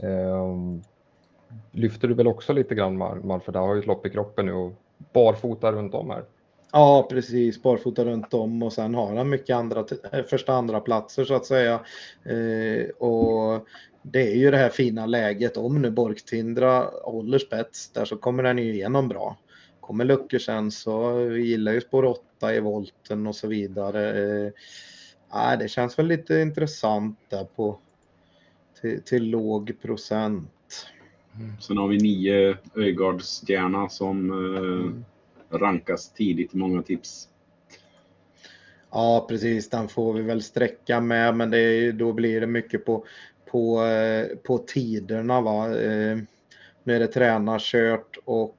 Lyfter du väl också lite grann, för det har ju ett lopp i kroppen nu och barfota runt om här. Ja, precis, barfota runt om, och sen har han mycket andra platser så att säga. Och det är ju det här fina läget, om nu Borktindra håller spets där, så kommer den ju igenom bra. Kommer luckor sen, så vi gillar ju spår 8 i volten och så vidare. Det känns väl lite intressant där till låg procent. Sen har vi 9 Öjgardsstjärna som rankas tidigt i många tips. Ja, precis, den får vi väl sträcka med, men då blir det mycket på tiderna, va. Nu är det tränarkört, och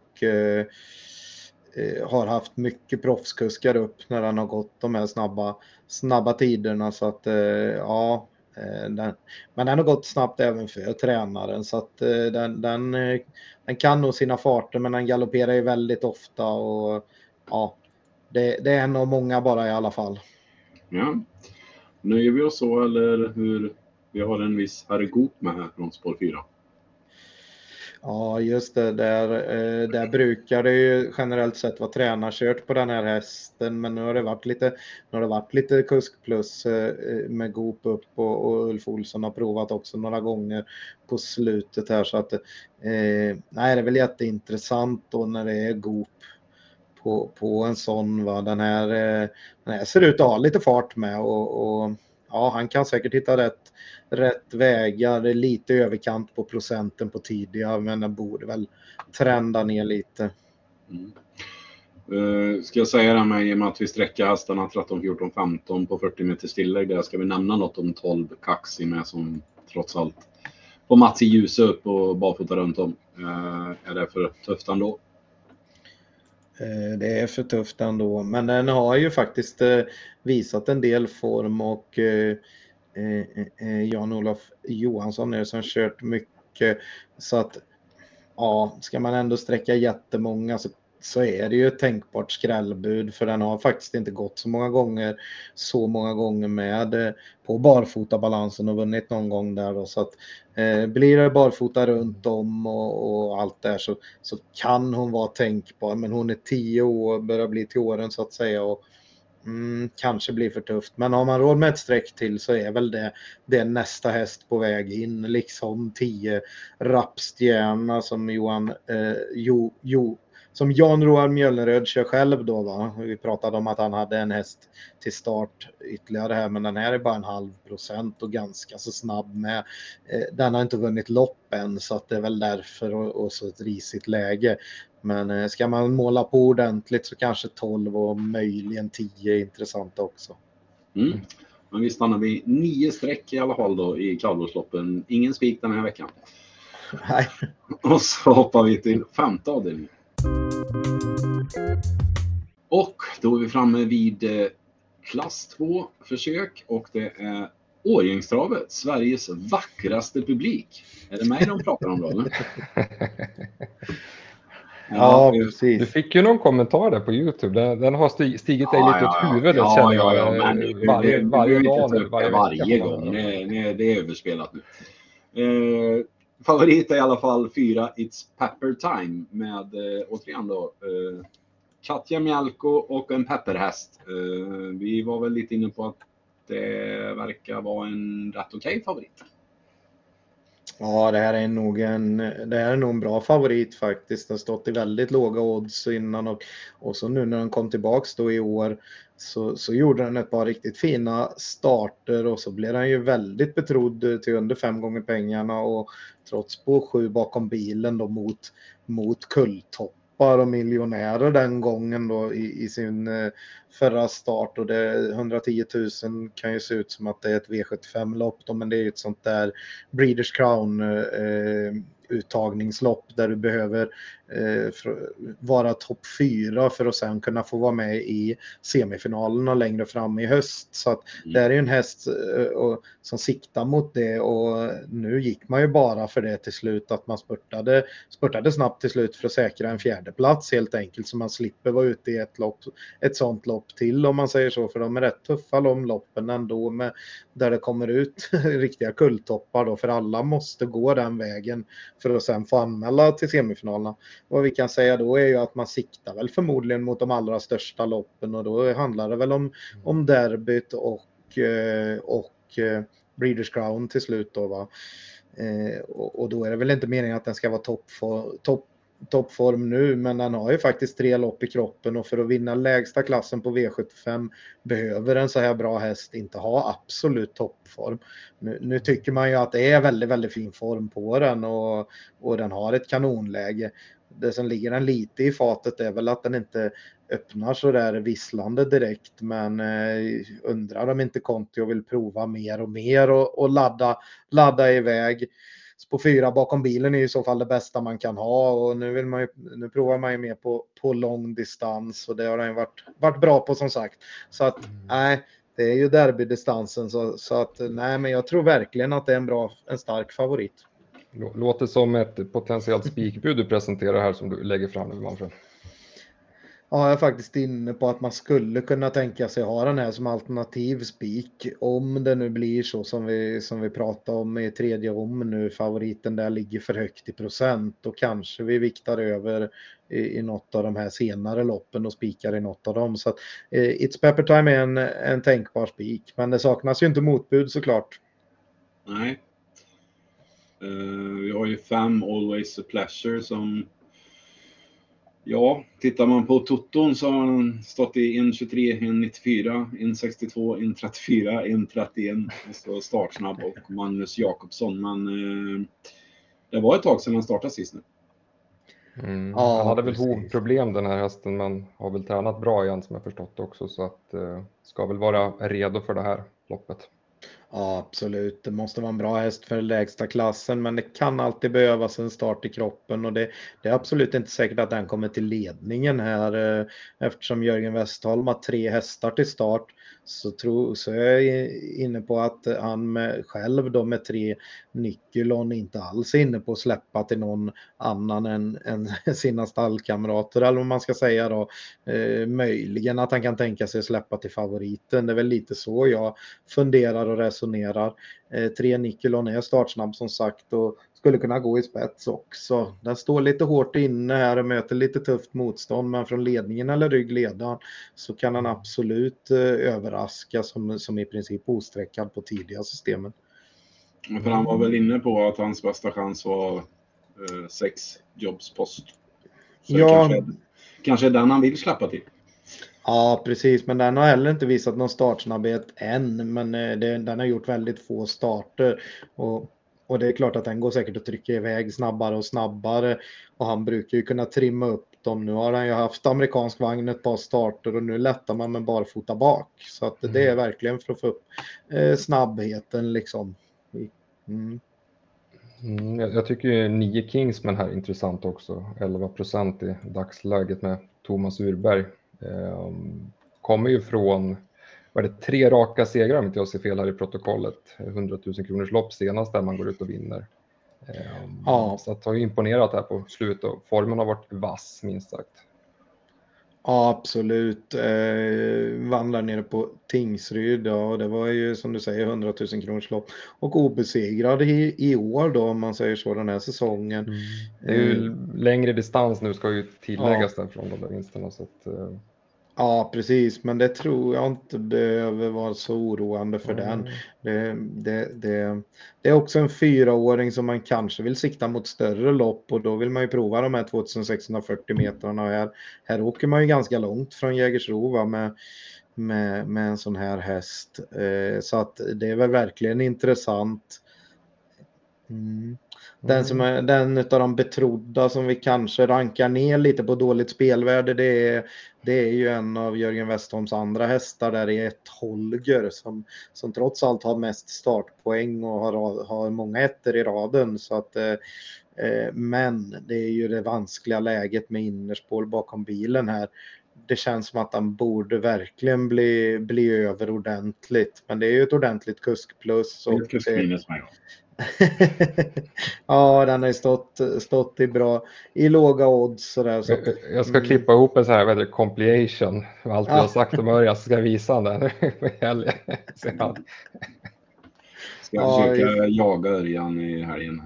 har haft mycket proffskuskar upp när den har gått de här snabba tiderna, så att ja, men den har gått snabbt även för tränaren, så att den kan nog sina farter, men den galopperar ju väldigt ofta, och ja, det är en av många bara i alla fall. Ja. Nöjer vi oss så eller hur? Vi har en viss herr Goop med här från spår 4. Ja, just det. Där brukar det ju generellt sett vara tränarkört på den här hästen. Men nu har det varit lite kusk plus med Goop upp och Ulf Olsson har provat också några gånger på slutet här. Så att nej, det är väl jätteintressant då när det är Goop på en sån. Va? Den här ser ut att ha lite fart med och ja, han kan säkert hitta rätt vägar. Det är lite överkant på procenten på tidiga, men den borde väl trenda ner lite. Ska jag säga det med i och med att vi sträcker hästarna 13, 14, 15 på 40 meters tillägg. Där ska vi nämna något om 12 Kaxi med som trots allt på Mats i ljus upp och barfota runt om. Är det för tufft ändå? Det är för tufft ändå, men den har ju faktiskt visat en del form och Jan-Olof Johansson är som kört mycket, så att ja, ska man ändå sträcka jättemånga så är det ju ett tänkbart skrällbud, för den har faktiskt inte gått så många gånger med på barfotabalansen och vunnit någon gång där då, så att blir det barfota runt om och allt där så kan hon vara tänkbar, men hon är 10 år, börjar bli till åren så att säga, och kanske blir för tufft, men har man råd med ett streck till så är väl det nästa häst på väg in, liksom 10 Rapstjärna som Jan Roar Mjölneröd kör själv då, va? Vi pratade om att han hade en häst till start ytterligare här, men den här är bara 0,5% och ganska så snabb med. Den har inte vunnit lopp än, så att det är väl därför och så ett risigt läge. Men ska man måla på ordentligt så kanske 12 och möjligen 10 är intressanta också. Men vi stannar vid 9 streck i alla fall då i kallblodsloppen. Ingen spik den här veckan. Nej. Och så hoppar vi till 5:e avdelningen. Och då är vi framme vid klass 2 försök och det är Årjängstravet, Sveriges vackraste publik. Är det mig de pratar om då? Eller? Ja, precis. Du fick ju någon kommentar där på YouTube. Den har stigit dig lite åt huvudet. Ja, men varje gång. gång. Det är överspelat nu. Favorit är i alla fall 4 It's Pepper Time med återigen då Katja Mjälko och en pepperhäst. Vi var väl lite inne på att det verkar vara en rätt okej favorit. Ja, det här är nog en bra favorit faktiskt. Den har stått i väldigt låga odds innan och så nu när den kom tillbaks då i år så gjorde den ett par riktigt fina starter och så blev den ju väldigt betrodd till under 5 gånger pengarna och trots på 7 bakom bilen då mot kulltoppar och miljonärer den gången då i sin förra start, och det 110 000 kan ju se ut som att det är ett V75-lopp då, men det är ju ett sånt där Breeders Crown uttagningslopp där du behöver vara topp 4 för att sen kunna få vara med i semifinalerna längre fram i höst. Så att det är ju en häst som siktar mot det, och nu gick man ju bara för det till slut, att man spurtade snabbt till slut för att säkra en 4:e plats helt enkelt, så man slipper vara ute i ett sånt lopp till, om man säger så, för de är rätt tuffa de loppen ändå med, där det kommer ut riktiga kulltoppar då, för alla måste gå den vägen för att sen få anmäla till semifinalerna. Vad vi kan säga då är ju att man siktar väl förmodligen mot de allra största loppen, och då handlar det väl om derbyt och Breeders Crown till slut då, va. Och då är det väl inte meningen att den ska vara toppform nu, men den har ju faktiskt 3 lopp i kroppen, och för att vinna lägsta klassen på V75 behöver en så här bra häst inte ha absolut toppform. Nu tycker man ju att det är väldigt, väldigt fin form på den, och den har ett kanonläge. Det som ligger den lite i fatet är väl att den inte öppnar så där visslande direkt, men undrar om inte Kontio vill prova mer och mer och ladda iväg. På 4 bakom bilen är i så fall det bästa man kan ha, och nu provar man ju mer på lång distans, och det har den varit bra på som sagt. Så att nej, det är ju derbydistansen, så att nej, men jag tror verkligen att det är en stark favorit. Låter som ett potentiellt spikbud du presenterar här som du lägger fram nu, Manfred. Ja, jag är faktiskt inne på att man skulle kunna tänka sig ha den här som alternativ spik. Om det nu blir så som vi pratade om i tredje om nu, favoriten där ligger för högt i procent. Då kanske vi viktar över i något av de här senare loppen och spikar i något av dem. Så att It's Pepper Time är en tänkbar spik. Men det saknas ju inte motbud såklart. Nej. Vi har ju 5 Always a Pleasure som... Ja, tittar man på Toton så har den stått i 1.23, 1.94, 1.62, 1.34, 1.31 och så startsnabb och Magnus Jakobsson. Men det var ett tag sedan han startade sist nu. Ja, han hade väl hovproblem den här hösten, men har väl tränat bra igen som jag förstått också, så att ska väl vara redo för det här loppet. Ja, absolut. Det måste vara en bra häst för lägsta klassen, men det kan alltid behövas en start i kroppen och det är absolut inte säkert att den kommer till ledningen här eftersom Jörgen Westholm har 3 hästar till start. Så är jag inne på att han själv då med 3 Nicolon inte alls är inne på att släppa till någon annan än sina stallkamrater, eller vad man ska säga då. Möjligen att han kan tänka sig att släppa till favoriten. Det är väl lite så jag funderar och resonerar. 3 Nicolon är startsnabb som sagt och skulle kunna gå i spets också. Den står lite hårt inne här och möter lite tufft motstånd, men från ledningen eller ryggledaren så kan han absolut överraska som i princip osträckad på tidiga systemen. För han var väl inne på att hans bästa chans var 6 jobbspost. Så ja, kanske är den han vill släppa till. Ja, precis. Men den har heller inte visat någon startsnabbhet än. Men den har gjort väldigt få starter. Och det är klart att den går säkert att trycka iväg snabbare och snabbare. Och han brukar ju kunna trimma upp dem. Nu har han ju haft amerikansk vagn ett par starter och nu lättar man med barfota bak. Så att det är verkligen för att få upp snabbheten liksom. Jag tycker ju 9 Kingsman här är intressant också. 11% i dagsläget med Thomas Urberg. Kommer ju från, var det 3 raka segrar om inte jag ser fel här i protokollet. 100 000 kronors lopp senast där man går ut och vinner. Så att har ju imponerat här på slutet och formen har varit vass minst sagt. Ja, absolut. Vandrar nere på Tingsryd, ja, det var ju som du säger 100 000 kronors lopp och obesegrad i år då, om man säger så, den här säsongen. Det är ju längre distans nu, ska ju tilläggas där från de där vinsterna. Så att, Ja, precis, men det tror jag inte behöver vara så oroande för den. Det är också en 4-åring som man kanske vill sikta mot större lopp och då vill man ju prova de här 2640 metrarna. Och här åker man ju ganska långt från Jägersro, va, med en sån här häst. Så att det är väl verkligen intressant. Den utav de betrodda som vi kanske rankar ner lite på dåligt spelvärde, det är ju en av Jörgen Westholms andra hästar där i ett Holger som trots allt har mest startpoäng och har många ettor i raden. Så att, men det är ju det vanskliga läget med innerspår bakom bilen här. Det känns som att han borde verkligen bli över ordentligt. Men det är ju ett ordentligt kuskplus. Och Kuskminus med. Ja, den har ju stått i låga odds. Sådär, så. Jag ska klippa ihop en så här compilation. Allt jag har sagt om Örjan, så ska jag visa den. Ska försöka jaga Örjan i helgen.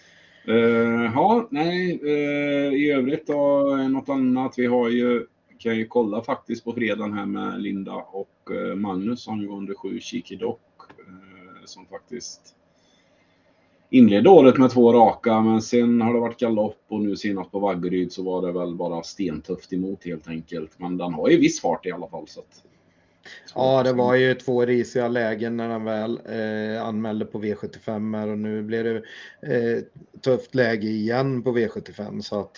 I övrigt då, något annat. Vi kan ju kolla faktiskt på fredagen här med Linda och Magnus som ju under 7 Cheeky Dock som faktiskt inledde året med 2 raka, men sen har det varit galopp och nu senast på Vaggeryd så var det väl bara stentufft emot helt enkelt. Men den har ju viss fart i alla fall. Så att, ja, det var ju 2 risiga lägen när han väl anmälde på V75 här och nu blir det tufft läge igen på V75. Så att,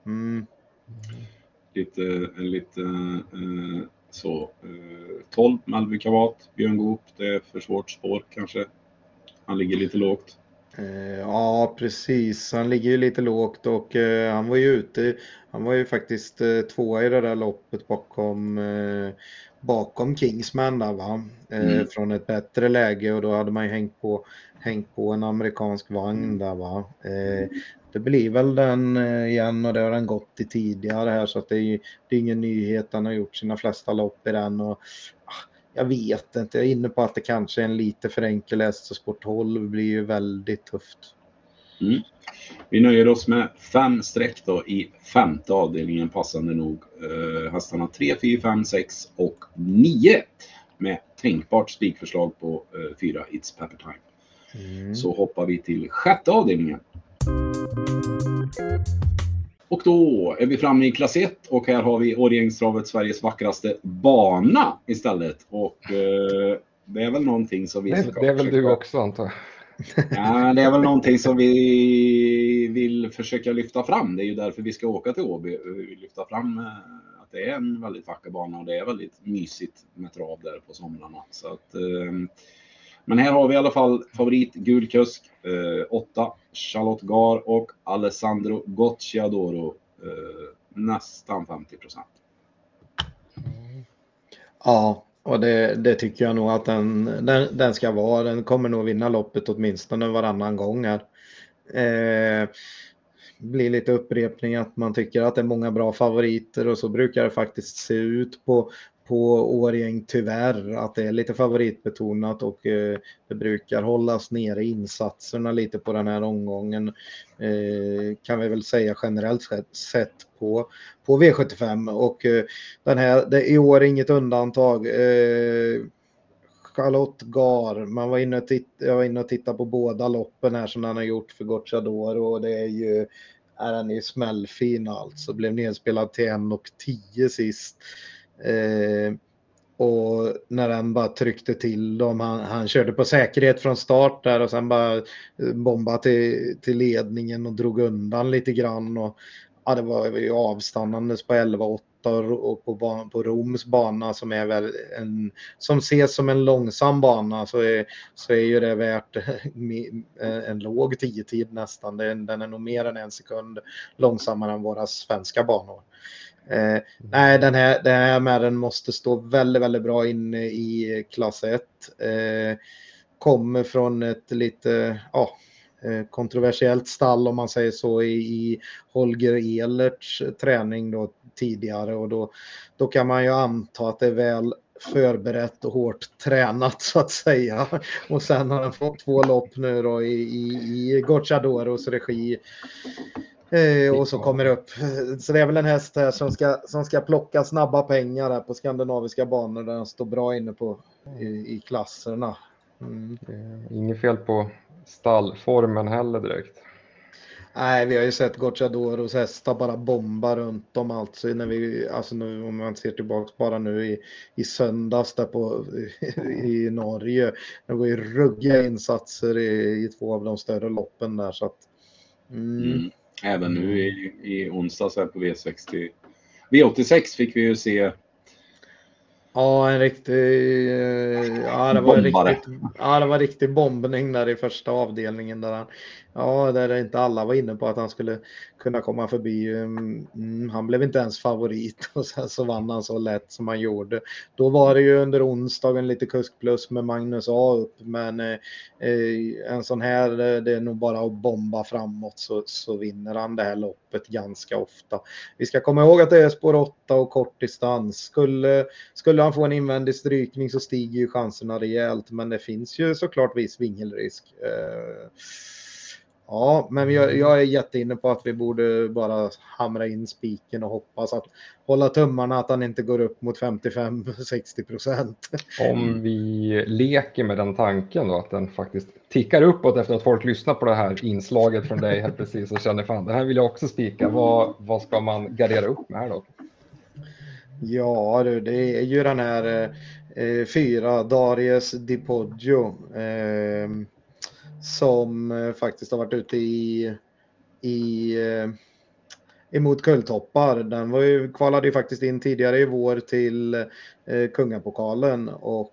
lite 12 Melby Kavat, Björn Goop, det är för svårt spår kanske. Han ligger lite lågt. Ja, precis. Han ligger ju lite lågt och han var ju faktiskt 2 i det där loppet bakom Kingsman där, va? Från ett bättre läge och då hade man ju hängt på en amerikansk vagn där, va? det blir väl den igen, och det har den gått i tidigare här, så att det är ingen nyhet. Han har gjort sina flesta lopp i den, och jag vet inte, jag är inne på att det kanske är en lite för enkel häst, så sport 12 blir ju väldigt tufft. Vi nöjer oss med 5 streck då i 5:e avdelningen, passande nog. Hästarna 3, 4, 5, 6 och 9 med tänkbart spikförslag på 4 It's Pepper Time. Så hoppar vi till 6:e avdelningen. Och då är vi framme i klass 1, och här har vi Årjängstravet, Sveriges vackraste bana istället. Och det är väl någonting som vi ska det är väl du också, antar jag. Ja, det är väl någonting som vi vill försöka lyfta fram. Det är ju därför vi ska åka till Åby. Vi vill lyfta fram att det är en väldigt vacker bana, och det är väldigt mysigt med trav där på somrarna. Så att, men här har vi i alla fall favorit Gulkusk, 8 Charlotte Gar och Alessandro Gocciadoro, nästan 50%. Ja, och det tycker jag nog att den ska vara. Den kommer nog vinna loppet åtminstone varannan gång här. Blir lite upprepning att man tycker att det är många bra favoriter, och så brukar det faktiskt se ut på Årjäng, tyvärr, att det är lite favoritbetonat, och det brukar hållas nere insatserna lite på den här omgången, kan vi väl säga generellt sett på V75, och den här, det är i år inget undantag. Charlotte Gar, jag var inne och tittade på båda loppen här som han har gjort för Gocciadoro, och det är han ju smällfin, alltså blev nedspelad till 1,10 sist. Och när han bara tryckte till dem, han körde på säkerhet från start där, och sen bara bombade till ledningen och drog undan lite grann, och ja, det var ju avstannandes på 11,8, och på Roms bana, som är väl som ses som en långsam bana, så är ju det värt en låg 10-tid nästan. Den är nog mer än 1 sekund långsammare än våra svenska banor. Nej, den här med den måste stå väldigt, väldigt bra inne i klass 1. Kommer från ett lite kontroversiellt stall, om man säger så, i Holger Ehlerts träning då tidigare, och då kan man ju anta att det är väl förberett och hårt tränat, så att säga. Och sen har han fått 2 lopp nu då i Gocciadoros regi. Och så kommer det upp. Så det är väl en häst här som ska plocka snabba pengar här på skandinaviska banor, där den står bra inne på i klasserna. Inget fel på stallformen heller direkt. Nej, vi har ju sett Gocciadoros hästar bara bomba runt dem, alltså nu, om man ser tillbaka bara nu i söndags där i Norge. Det var ju ruggiga insatser i 2 av de större loppen där, så att även nu i onsdags här på V60. V86 fick vi ju se. Ja, en riktig det var riktig bombning där i första avdelningen där inte alla var inne på att han skulle kunna komma förbi. Han blev inte ens favorit, och sen så vann han så lätt som han gjorde. Då var det ju under onsdagen lite kuskplus med Magnus A upp, men en sån här, det är nog bara att bomba framåt, så vinner han det här loppet ganska ofta. Vi ska komma ihåg att det är spår 8 och kort distans. Skulle han få en invändig strykning så stiger ju chanserna rejält, men det finns ju såklart viss vingelrisk. Ja, men jag är jätteinne på att vi borde bara hamra in spiken och hoppas att hålla tummarna att han inte går upp mot 55-60%. Om vi leker med den tanken då, att den faktiskt tickar uppåt efter att folk lyssnar på det här inslaget från dig helt precis och känner fan, det här vill jag också spika. Vad ska man gardera upp med här då? Ja, det är ju den här 4 Darius Di Poggio som faktiskt har varit ute emot kulltoppar. Den kvalade ju faktiskt in tidigare i vår till Kungapokalen, och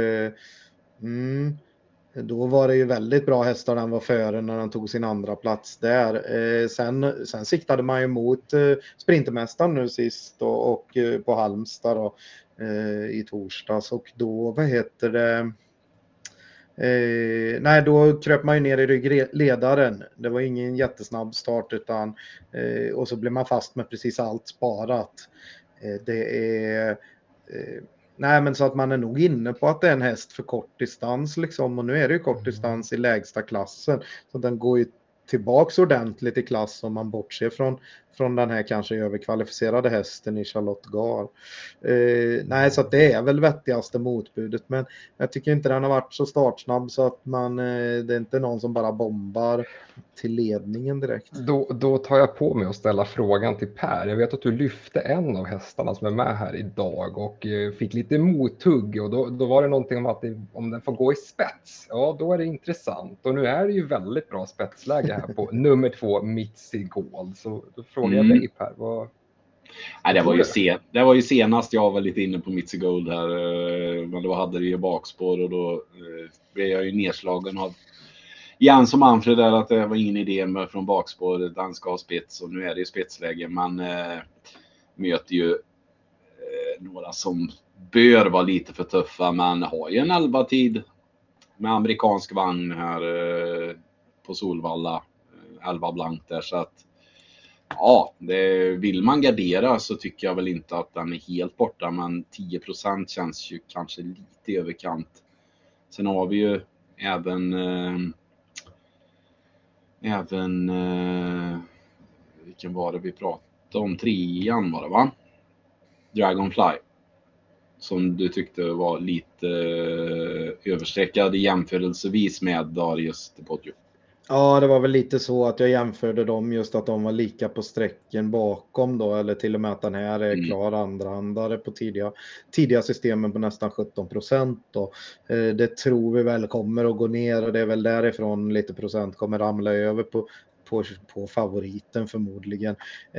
då var det ju väldigt bra hästar han var före när han tog sin andra plats där. Sen siktade man ju mot Sprintermästaren nu sist och på Halmstad då, i torsdags, och då Nej, då kröp man ju ner i ryggledaren. Det var ingen jättesnabb start utan och så blev man fast med precis allt sparat. Det är nej, men så att man är nog inne på att det är en häst för kort distans liksom, och nu är det ju kort distans i lägsta klassen, så den går ju tillbaks ordentligt i klass om man bortser från den här kanske överkvalificerade hästen i Charlotte Gard. Nej, så att det är väl vettigaste motbudet, men jag tycker inte den har varit så startsnabb så att det är inte någon som bara bombar till ledningen direkt. Då tar jag på mig att ställa frågan till Per. Jag vet att du lyfte en av hästarna som är med här idag och fick lite mothugg, och då var det någonting om att om den får gå i spets, ja då är det intressant, och nu är det ju väldigt bra spetsläge här på nummer 2 Mitzi Gold, så då frågar jag dig Per, Nej, det var ju senast jag var lite inne på Mitzi Gold här, men då hade det ju bakspår och då blev jag ju nedslagen av Jens och Manfred där att det var ingen idé med från bakspår, den ska ha spets, och nu är det ju spetsläge. Man möter ju några som bör vara lite för tuffa, men har ju en 11-tid med amerikansk vagn här på Solvalla, 11 blankt där, så att ja, vill man gardera så tycker jag väl inte att den är helt borta, men 10% känns ju kanske lite i överkant. Sen har vi ju även vilken var det vi pratade om? 3:an var det, va? Dragonfly. Som du tyckte var lite överstreckad jämförelsevis med Darius Depoggio. Ja, det var väl lite så att jag jämförde dem, just att de var lika på sträcken bakom då, eller till och med att den här är klar andrahandare på tidiga systemen på nästan 17% då. Det tror vi väl kommer att gå ner, och det är väl därifrån lite procent kommer ramla över på favoriten förmodligen.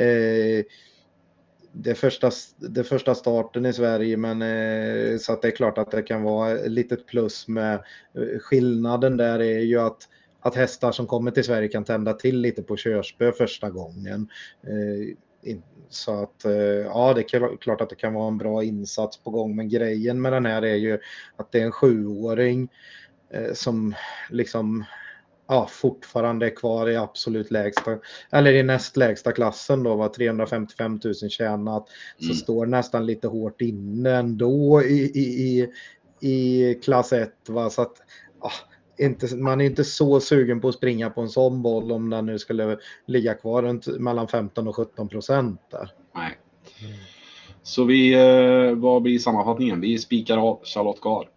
Det första starten i Sverige, men så att det är klart att det kan vara ett litet plus med skillnaden där är ju att hästar som kommer till Sverige kan tända till lite på körspö första gången. Så att ja, det är klart att det kan vara en bra insats på gång, men grejen med den här är ju att det är en 7-åring som liksom fortfarande är kvar i absolut lägsta, eller i näst lägsta klassen då, var 355 000 tjänat, så står nästan lite hårt inne ändå i klass 1, va, så att man är inte så sugen på att springa på en sån boll om den nu skulle ligga kvar runt mellan 15 och 17% där. Nej. Så vad blir sammanfattningen? Vi spikar av Charlotte Gard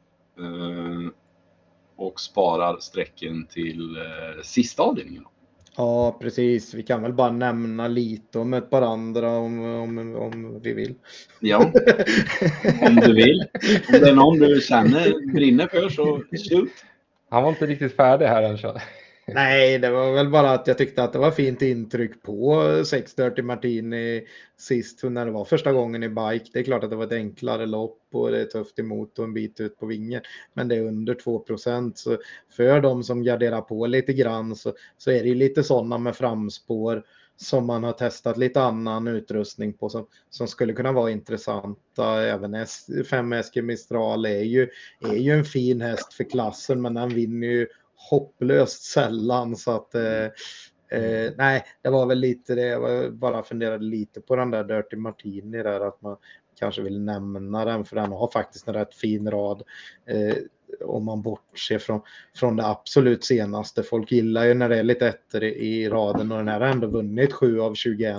och sparar sträcken till sista avdelningen. Ja, precis. Vi kan väl bara nämna lite om ett par andra om vi vill. Ja, om du vill. Om det är någon du känner brinner för så slut. Han var inte riktigt färdig här än. Nej, det var väl bara att jag tyckte att det var fint intryck på 6 Dirty Martini sist när det var första gången i bike. Det är klart att det var ett enklare lopp och det är tufft emot och en bit ut på vingen. Men det är under 2%. Så för de som garderar på lite grann så är det ju lite sådana med framspår som man har testat lite annan utrustning på som skulle kunna vara intressanta. Även 5 Eske Mistral är ju en fin häst för klassen, men den vinner ju hopplöst sällan, så att nej, det var väl lite det. Jag bara funderade lite på den där Dirty Martini där, att man kanske vill nämna den, för den har faktiskt en rätt fin rad om man bortser från det absolut senaste. Folk gillar ju när det är lite efter i raden, och den här har ändå vunnit 7 av 21.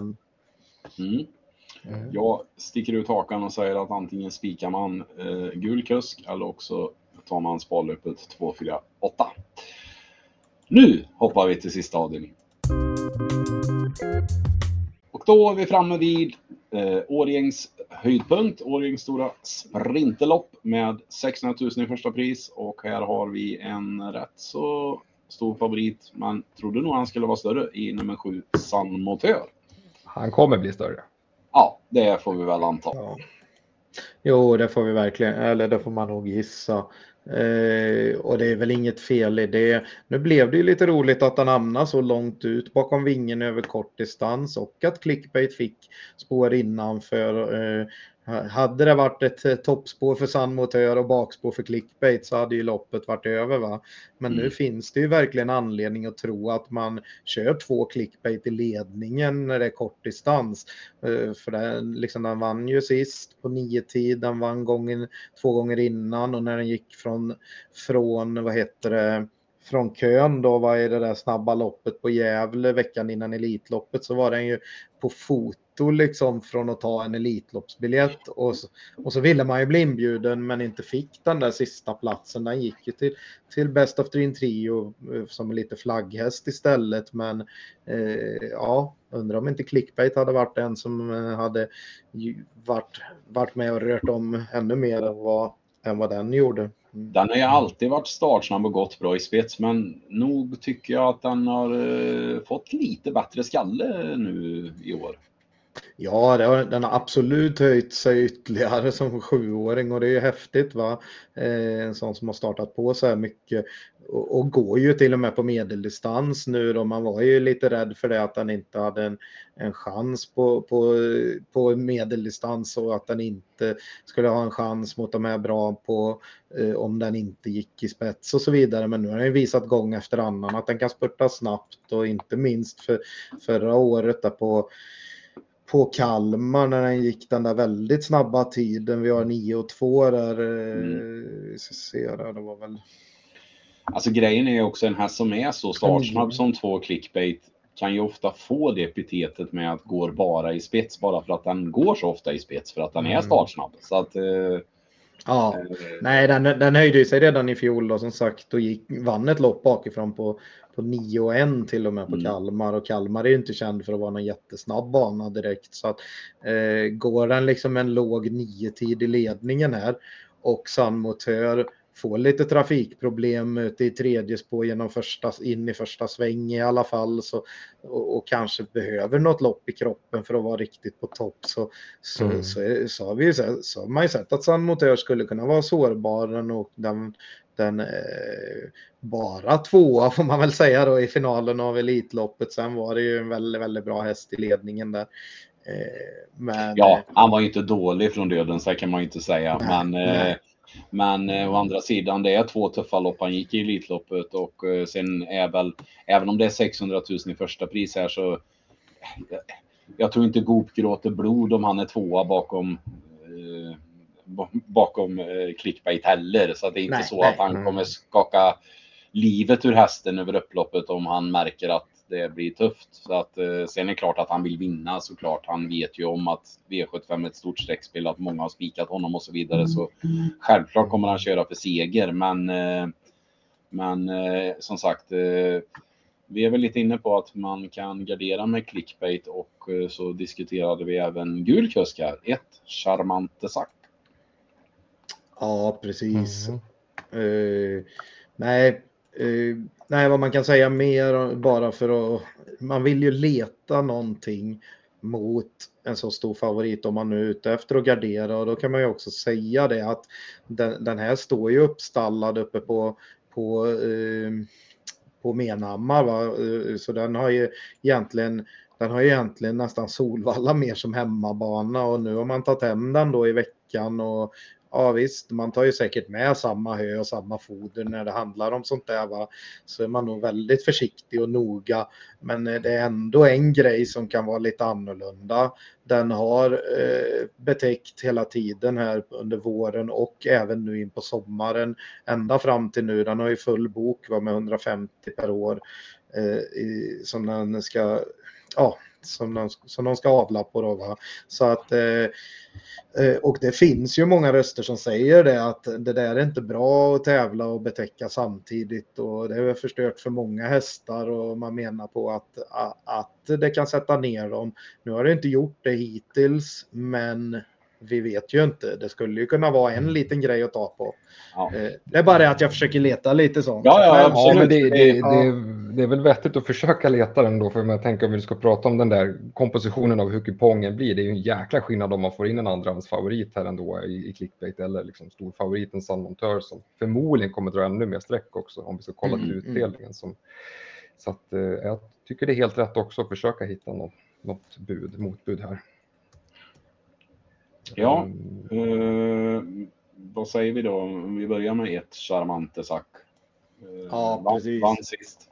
Jag sticker ut hakan och säger att antingen spikar man gul kusk eller också tar man spallöpet 2-4-8. Nu hoppar vi till sista avdelningen. Och då är vi framme vid Årjängs höjdpunkt, Årjängs stora sprinterlopp med 600 000 i första pris. Och här har vi en rätt så stor favorit. Man trodde nog han skulle vara större i nummer 7, San Motör. Han kommer bli större. Ja, det får vi väl anta. Ja. Jo, det får vi verkligen, eller det får man nog gissa. Och det är väl inget fel i det. Nu blev det ju lite roligt att han hamnade så långt ut bakom vingen över kort distans, och att Clickbait fick spår innanför. hade det varit ett toppspår för San Motör och bakspår för Clickbait så hade ju loppet varit över, va. Men nu finns det ju verkligen anledning att tro att man kör 2 Clickbait i ledningen när det är kort distans. För den vann ju sist på 9-tid, den vann 2 gånger innan, och när den gick från från kön då, vad är det där snabba loppet på Gävle veckan innan Elitloppet, så var den ju på foto liksom från att ta en Elitloppsbiljett, och så ville man ju bli inbjuden men inte fick den där sista platsen. Den gick ju till Best of Dream Trio som lite flagghäst istället, men ja, undrar om inte Clickbait hade varit den som hade varit med och rört om ännu mer än vad den gjorde. Den har ju alltid varit startsnabb och gått bra i spets, men nog tycker jag att den har fått lite bättre skalle nu i år. Ja, den har absolut höjt sig ytterligare som 7-åring, och det är ju häftigt, va. En sån som har startat på så här mycket och går ju till och med på medeldistans nu då. Man var ju lite rädd för det, att den inte hade en chans på medeldistans, och att den inte skulle ha en chans mot de här bra på om den inte gick i spets och så vidare. Men nu har den visat gång efter annan att den kan spurta snabbt, och inte minst för förra året där på Kalmar när den gick den där väldigt snabba tiden. Vi har 9:02 där. Det var väl... Alltså grejen är också, en häst som är så startsnabb som 2 Clickbait kan ju ofta få det epitetet med att går bara i spets, bara för att den går så ofta i spets, för att den är startsnabb. Så att... Ja, nej, den höjde sig redan i fjol då, som sagt, och vann ett lopp bakifrån på 9:01 till och med på Kalmar, och Kalmar är ju inte känd för att vara någon jättesnabb bana direkt, så att går den liksom en låg 9-tid i ledningen här, och San Motör får lite trafikproblem ute i tredje spår in i första sväng i alla fall, så, och kanske behöver något lopp i kroppen för att vara riktigt på topp, så har man ju sett att San Motör skulle kunna vara sårbar, och den bara 2 får man väl säga då i finalen av Elitloppet. Sen var det ju en väldigt, väldigt bra häst i ledningen där. Men, ja, han var ju inte dålig från döden, så kan man ju inte säga. Men å andra sidan, det är 2 tuffa lopp han gick i Elitloppet, och sen är väl, även om det är 600 000 i första pris här, så jag tror inte Goop gråter blod om han är 2 bakom Clickbait heller, så det är inte så att han kommer skaka livet ur hästen över upploppet om han märker att det blir tufft. Så att sen är det klart att han vill vinna, såklart. Han vet ju om att V75 är ett stort streckspel, att många har spikat honom och så vidare, så självklart kommer han köra för seger, men som sagt, vi är väl lite inne på att man kan gardera med Clickbait, och så diskuterade vi även gul kusk här, ett Charmante Sack. Ja, precis. Nej, vad man kan säga mer, bara för att man vill ju leta någonting mot en så stor favorit om man nu är ute efter att gardera, och då kan man ju också säga det att den här står ju uppstallad uppe på Menhammar, va? Så den har ju egentligen nästan Solvalla mer som hemmabana, och nu har man tagit hem den då i veckan, och ja visst, man tar ju säkert med samma hö och samma foder när det handlar om sånt där, va? Så är man nog väldigt försiktig och noga, men det är ändå en grej som kan vara lite annorlunda. Den har betäckt hela tiden här under våren, och även nu in på sommaren, ända fram till nu. Den har ju full bok, med 150 per år som den ska, ja, som de ska avla på då, va? Så att och det finns ju många röster som säger det, att det där är inte bra att tävla och betäcka samtidigt, och det är förstört för många hästar, och man menar på att det kan sätta ner dem. Nu har det inte gjort det hittills, men vi vet ju inte. Det skulle ju kunna vara en liten grej att ta på. Ja. Det är bara det att jag försöker leta lite sånt. Ja, men det är väl vettigt att försöka leta den då, för jag tänker om vi ska prata om den där kompositionen av hur kupongen blir. Det är ju en jäkla skillnad om man får in en andrahandsfavorit här ändå i Clickbait, eller liksom storfavoriten San Motör, som förmodligen kommer dra ännu mer streck också om vi ska kolla till utdelningen. Så att jag tycker det är helt rätt också att försöka hitta något motbud här. Ja, vad säger vi då? Om vi börjar med ett Charmantesac. Ja, precis. Vann sist.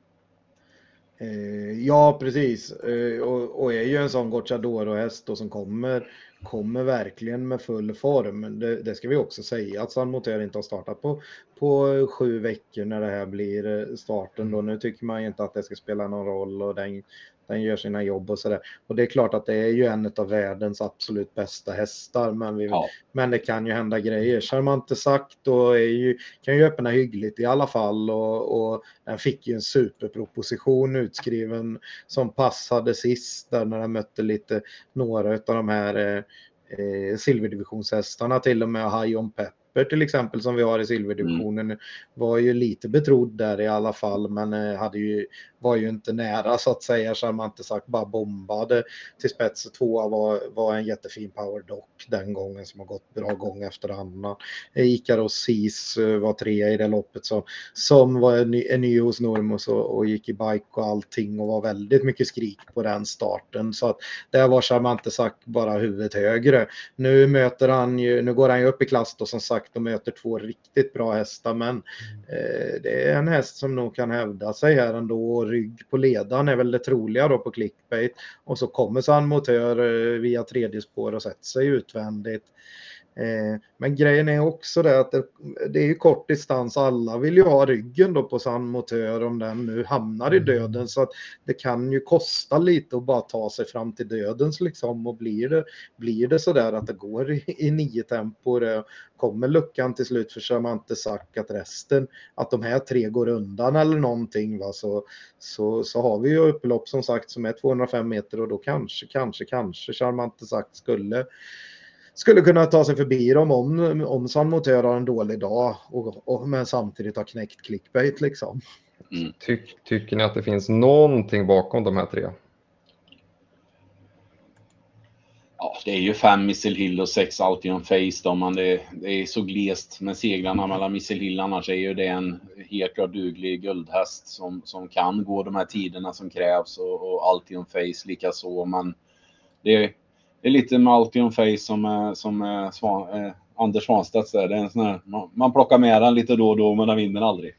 Ja, precis. Och är ju en sån Gocciadoro-häst då som kommer verkligen med full form. Det ska vi också säga att San Motör inte har startat på 7 veckor när det här blir starten då. Nu tycker man ju inte att det ska spela någon roll och den gör sina jobb och sådär. Och det är klart att det är ju en av världens absolut bästa hästar, men det kan ju hända grejer. Charmantesac då kan ju öppna hyggligt i alla fall och den fick ju en superproposition utskriven som passade sist där när den mötte några av de här silverdivisionshästarna, till och med High on Pepper till exempel som vi har i silverdivisionen var ju lite betrodd där i alla fall, men var ju inte nära så att säga. Charmantesac bara bombade till spets. 2 var en jättefin power dock den gången som har gått bra gång efter annan. Ikaros Sis var 3 i det loppet som var en ny hos Normos och gick i bike och allting och var väldigt mycket skrik på den starten, så att där var Charmantesac bara huvudet högre. Nu går han ju upp i klass då som sagt och möter 2 riktigt bra hästar, men det är en häst som nog kan hävda sig här ändå. Rygg på ledaren är väl det troliga då på clickbait, och så kommer San Motör via tredje spår och sätter sig utvändigt. Men grejen är också det att det är ju kort distans, alla vill ju ha ryggen då på San Motör om den nu hamnar i döden, så att det kan ju kosta lite att bara ta sig fram till dödens liksom, och blir det så där att det går i 9 tempo, kommer luckan till slut för Charmantesac att de här 3 går undan eller någonting, va, så har vi ju upplopp som sagt som är 205 meter och då kanske Charmantesac skulle kunna ta sig förbi dem om San Motör har en dålig dag men samtidigt har knäckt clickbait liksom. Tycker ni att det finns någonting bakom de här 3? Ja, det är ju 5 Missile Hill och 6 Altion Face då, men det är så glest med seglarna mellan Missile Hill. Annars är ju det en helt klart duglig guldhäst som kan gå de här tiderna som krävs, och Altion Face lika så, men det är lite med Altion Face som Anders Svanstedt där. Det är en sån här, man plockar med den lite då och då, men den vinner aldrig.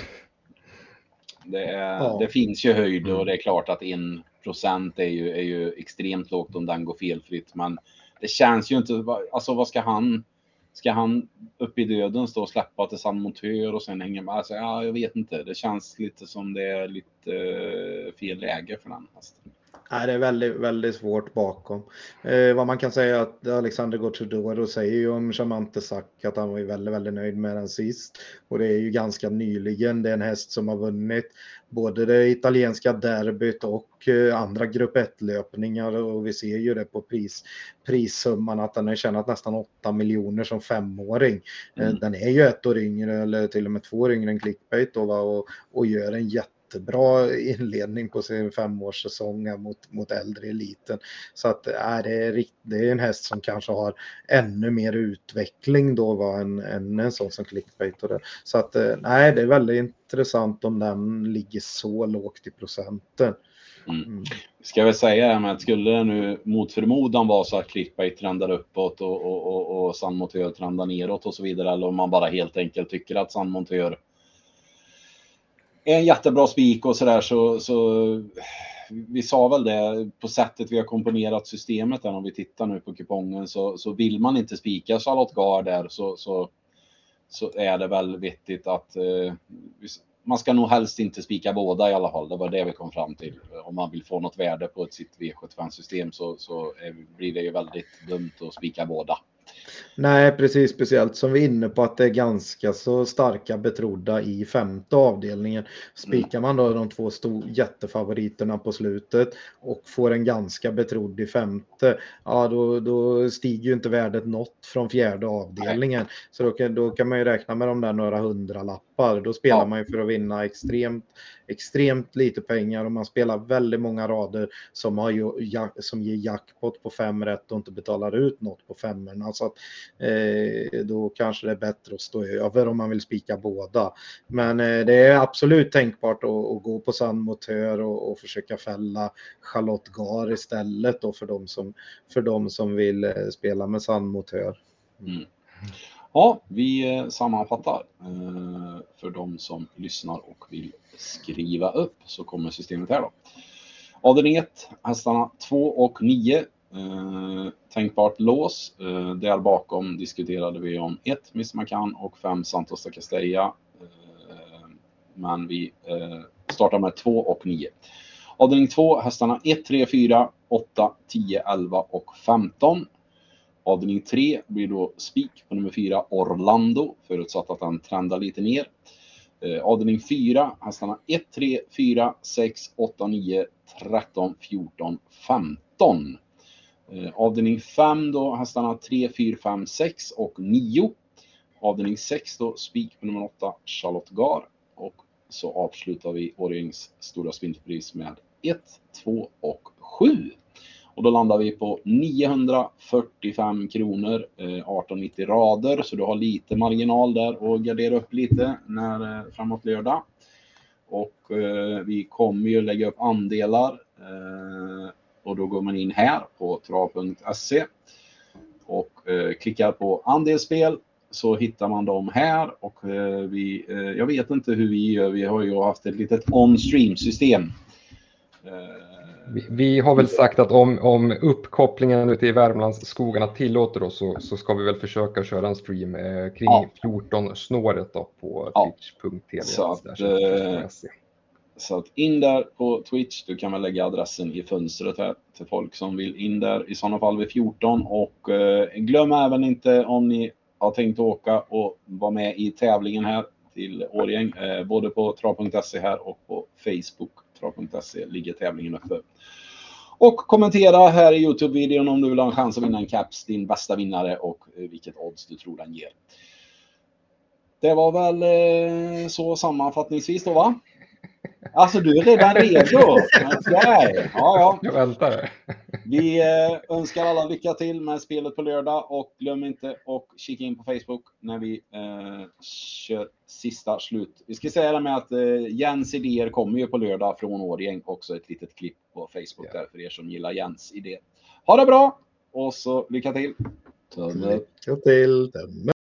Det finns ju höjd, och det är klart att 1% är ju extremt lågt om den går felfritt, men det känns ju inte, alltså vad ska han upp i döden stå och släppa till San Motör och sen hänga med? Alltså, ja, jag vet inte, det känns lite som det är lite fel läge för den hästen. Nej, det är väldigt, väldigt svårt bakom. Vad man kan säga att Alexander Gocciadoro säger ju om Charmantesac att han var ju väldigt, väldigt nöjd med den sist. Och det är ju ganska nyligen. Det är en häst som har vunnit både det italienska derbyt och andra grupp 1-löpningar. Och vi ser ju det på prissumman att den har tjänat nästan 8 miljoner som 5-åring. Den är ju 1 år yngre eller till och med 2 år yngre än clickbait då, och gör en jättebra inledning på sin 5-årssäsong mot äldre eliten. Så att det är en häst som kanske har ännu mer utveckling då än en sån som clickbait och det. Så att nej, det är väldigt intressant om den ligger så lågt i procenten. Ska vi säga det med att skulle det nu mot förmodan vara så att clickbait trendar uppåt och San Motör trendar neråt och så vidare, eller om man bara helt enkelt tycker att San Motör är en jättebra spik och sådär, så vi sa väl det på sättet vi har komponerat systemet där, om vi tittar nu på kupongen, så vill man inte spika Charlotte Gard där så är det väl vettigt att man ska nog helst inte spika båda i alla fall. Det var det vi kom fram till. Om man vill få något värde på sitt V75-system så blir det ju väldigt dumt att spika båda. Nej, precis, speciellt som vi är inne på att det är ganska så starka betrodda i 5:e avdelningen. Spikar man då de 2 jättefavoriterna på slutet och får en ganska betrodd i 5:e, ja då stiger ju inte värdet något från 4:e avdelningen. Så då kan man ju räkna med de där några 100-lappar lappar. Då spelar man ju för att vinna extremt lite pengar, och man spelar väldigt många rader som ger jackpot på 5 rätt och inte betalar ut något på 5:orna. Så att, då kanske det är bättre att stå över om man vill spika båda. Men det är absolut tänkbart att gå på Sandmotör och försöka fälla Charlotte Gar istället då för de som vill spela med Sandmotör. Ja, vi sammanfattar. För de som lyssnar och vill skriva upp så kommer systemet här då. Avdelning 1, hästarna 2 och 9. Tänkbart lås. Där bakom diskuterade vi om 1 Miss McCann och 5 Santos de Castella. Men vi startar med 2 och 9. Avdelning 2, hästarna 1, 3, 4, 8, 10, 11 och 15. Avdelning 3 blir då spik på nummer 4 Orlando, förutsatt att den trendar lite ner. Avdelning 4, hästarna 1, 3, 4, 6, 8, 9, 13, 14, 15. Avdelning 5 då, hästarna 3, 4, 5, 6 och 9. Avdelning 6 då, spik på nummer 8 Charlotte Gar. Och så avslutar vi Årjängs stora spindelpris med 1, 2 och 7. Och då landar vi på 945 kronor, 18,90 rader. Så du har lite marginal där och gardera upp lite när framåt lördag. Och vi kommer ju lägga upp andelar. Och då går man in här på trav.se och klickar på andelsspel. Så hittar man dem här. Och jag vet inte hur vi gör. Vi har ju haft ett litet on-stream-system. Vi har väl sagt att om uppkopplingen ute i Värmlands skogarna tillåter oss så ska vi väl försöka köra en stream kring 14-snåret då på twitch.tv. Så att in där på Twitch, du kan väl lägga adressen i fönstret här till folk som vill in där i sådana fall vid 14. Och glöm även inte om ni har tänkt åka och vara med i tävlingen här till Årjäng, både på trav.se här och på Facebook. Trav.se ligger tävlingen uppe. Och kommentera här i YouTube-videon om du vill ha en chans att vinna en caps, din bästa vinnare och vilket odds du tror den ger. Det var väl så sammanfattningsvis då, va? Alltså du är redan redo. Okay. Ja. Jag väntar. Vi önskar alla lycka till med spelet på lördag och glöm inte att kika in på Facebook när vi kör sista slut. Vi ska säga det med att Jens idéer kommer ju på lördag från Årjäng, också ett litet klipp på Facebook där för er som gillar Jens idé. Ha det bra och så lycka till. Lycka till.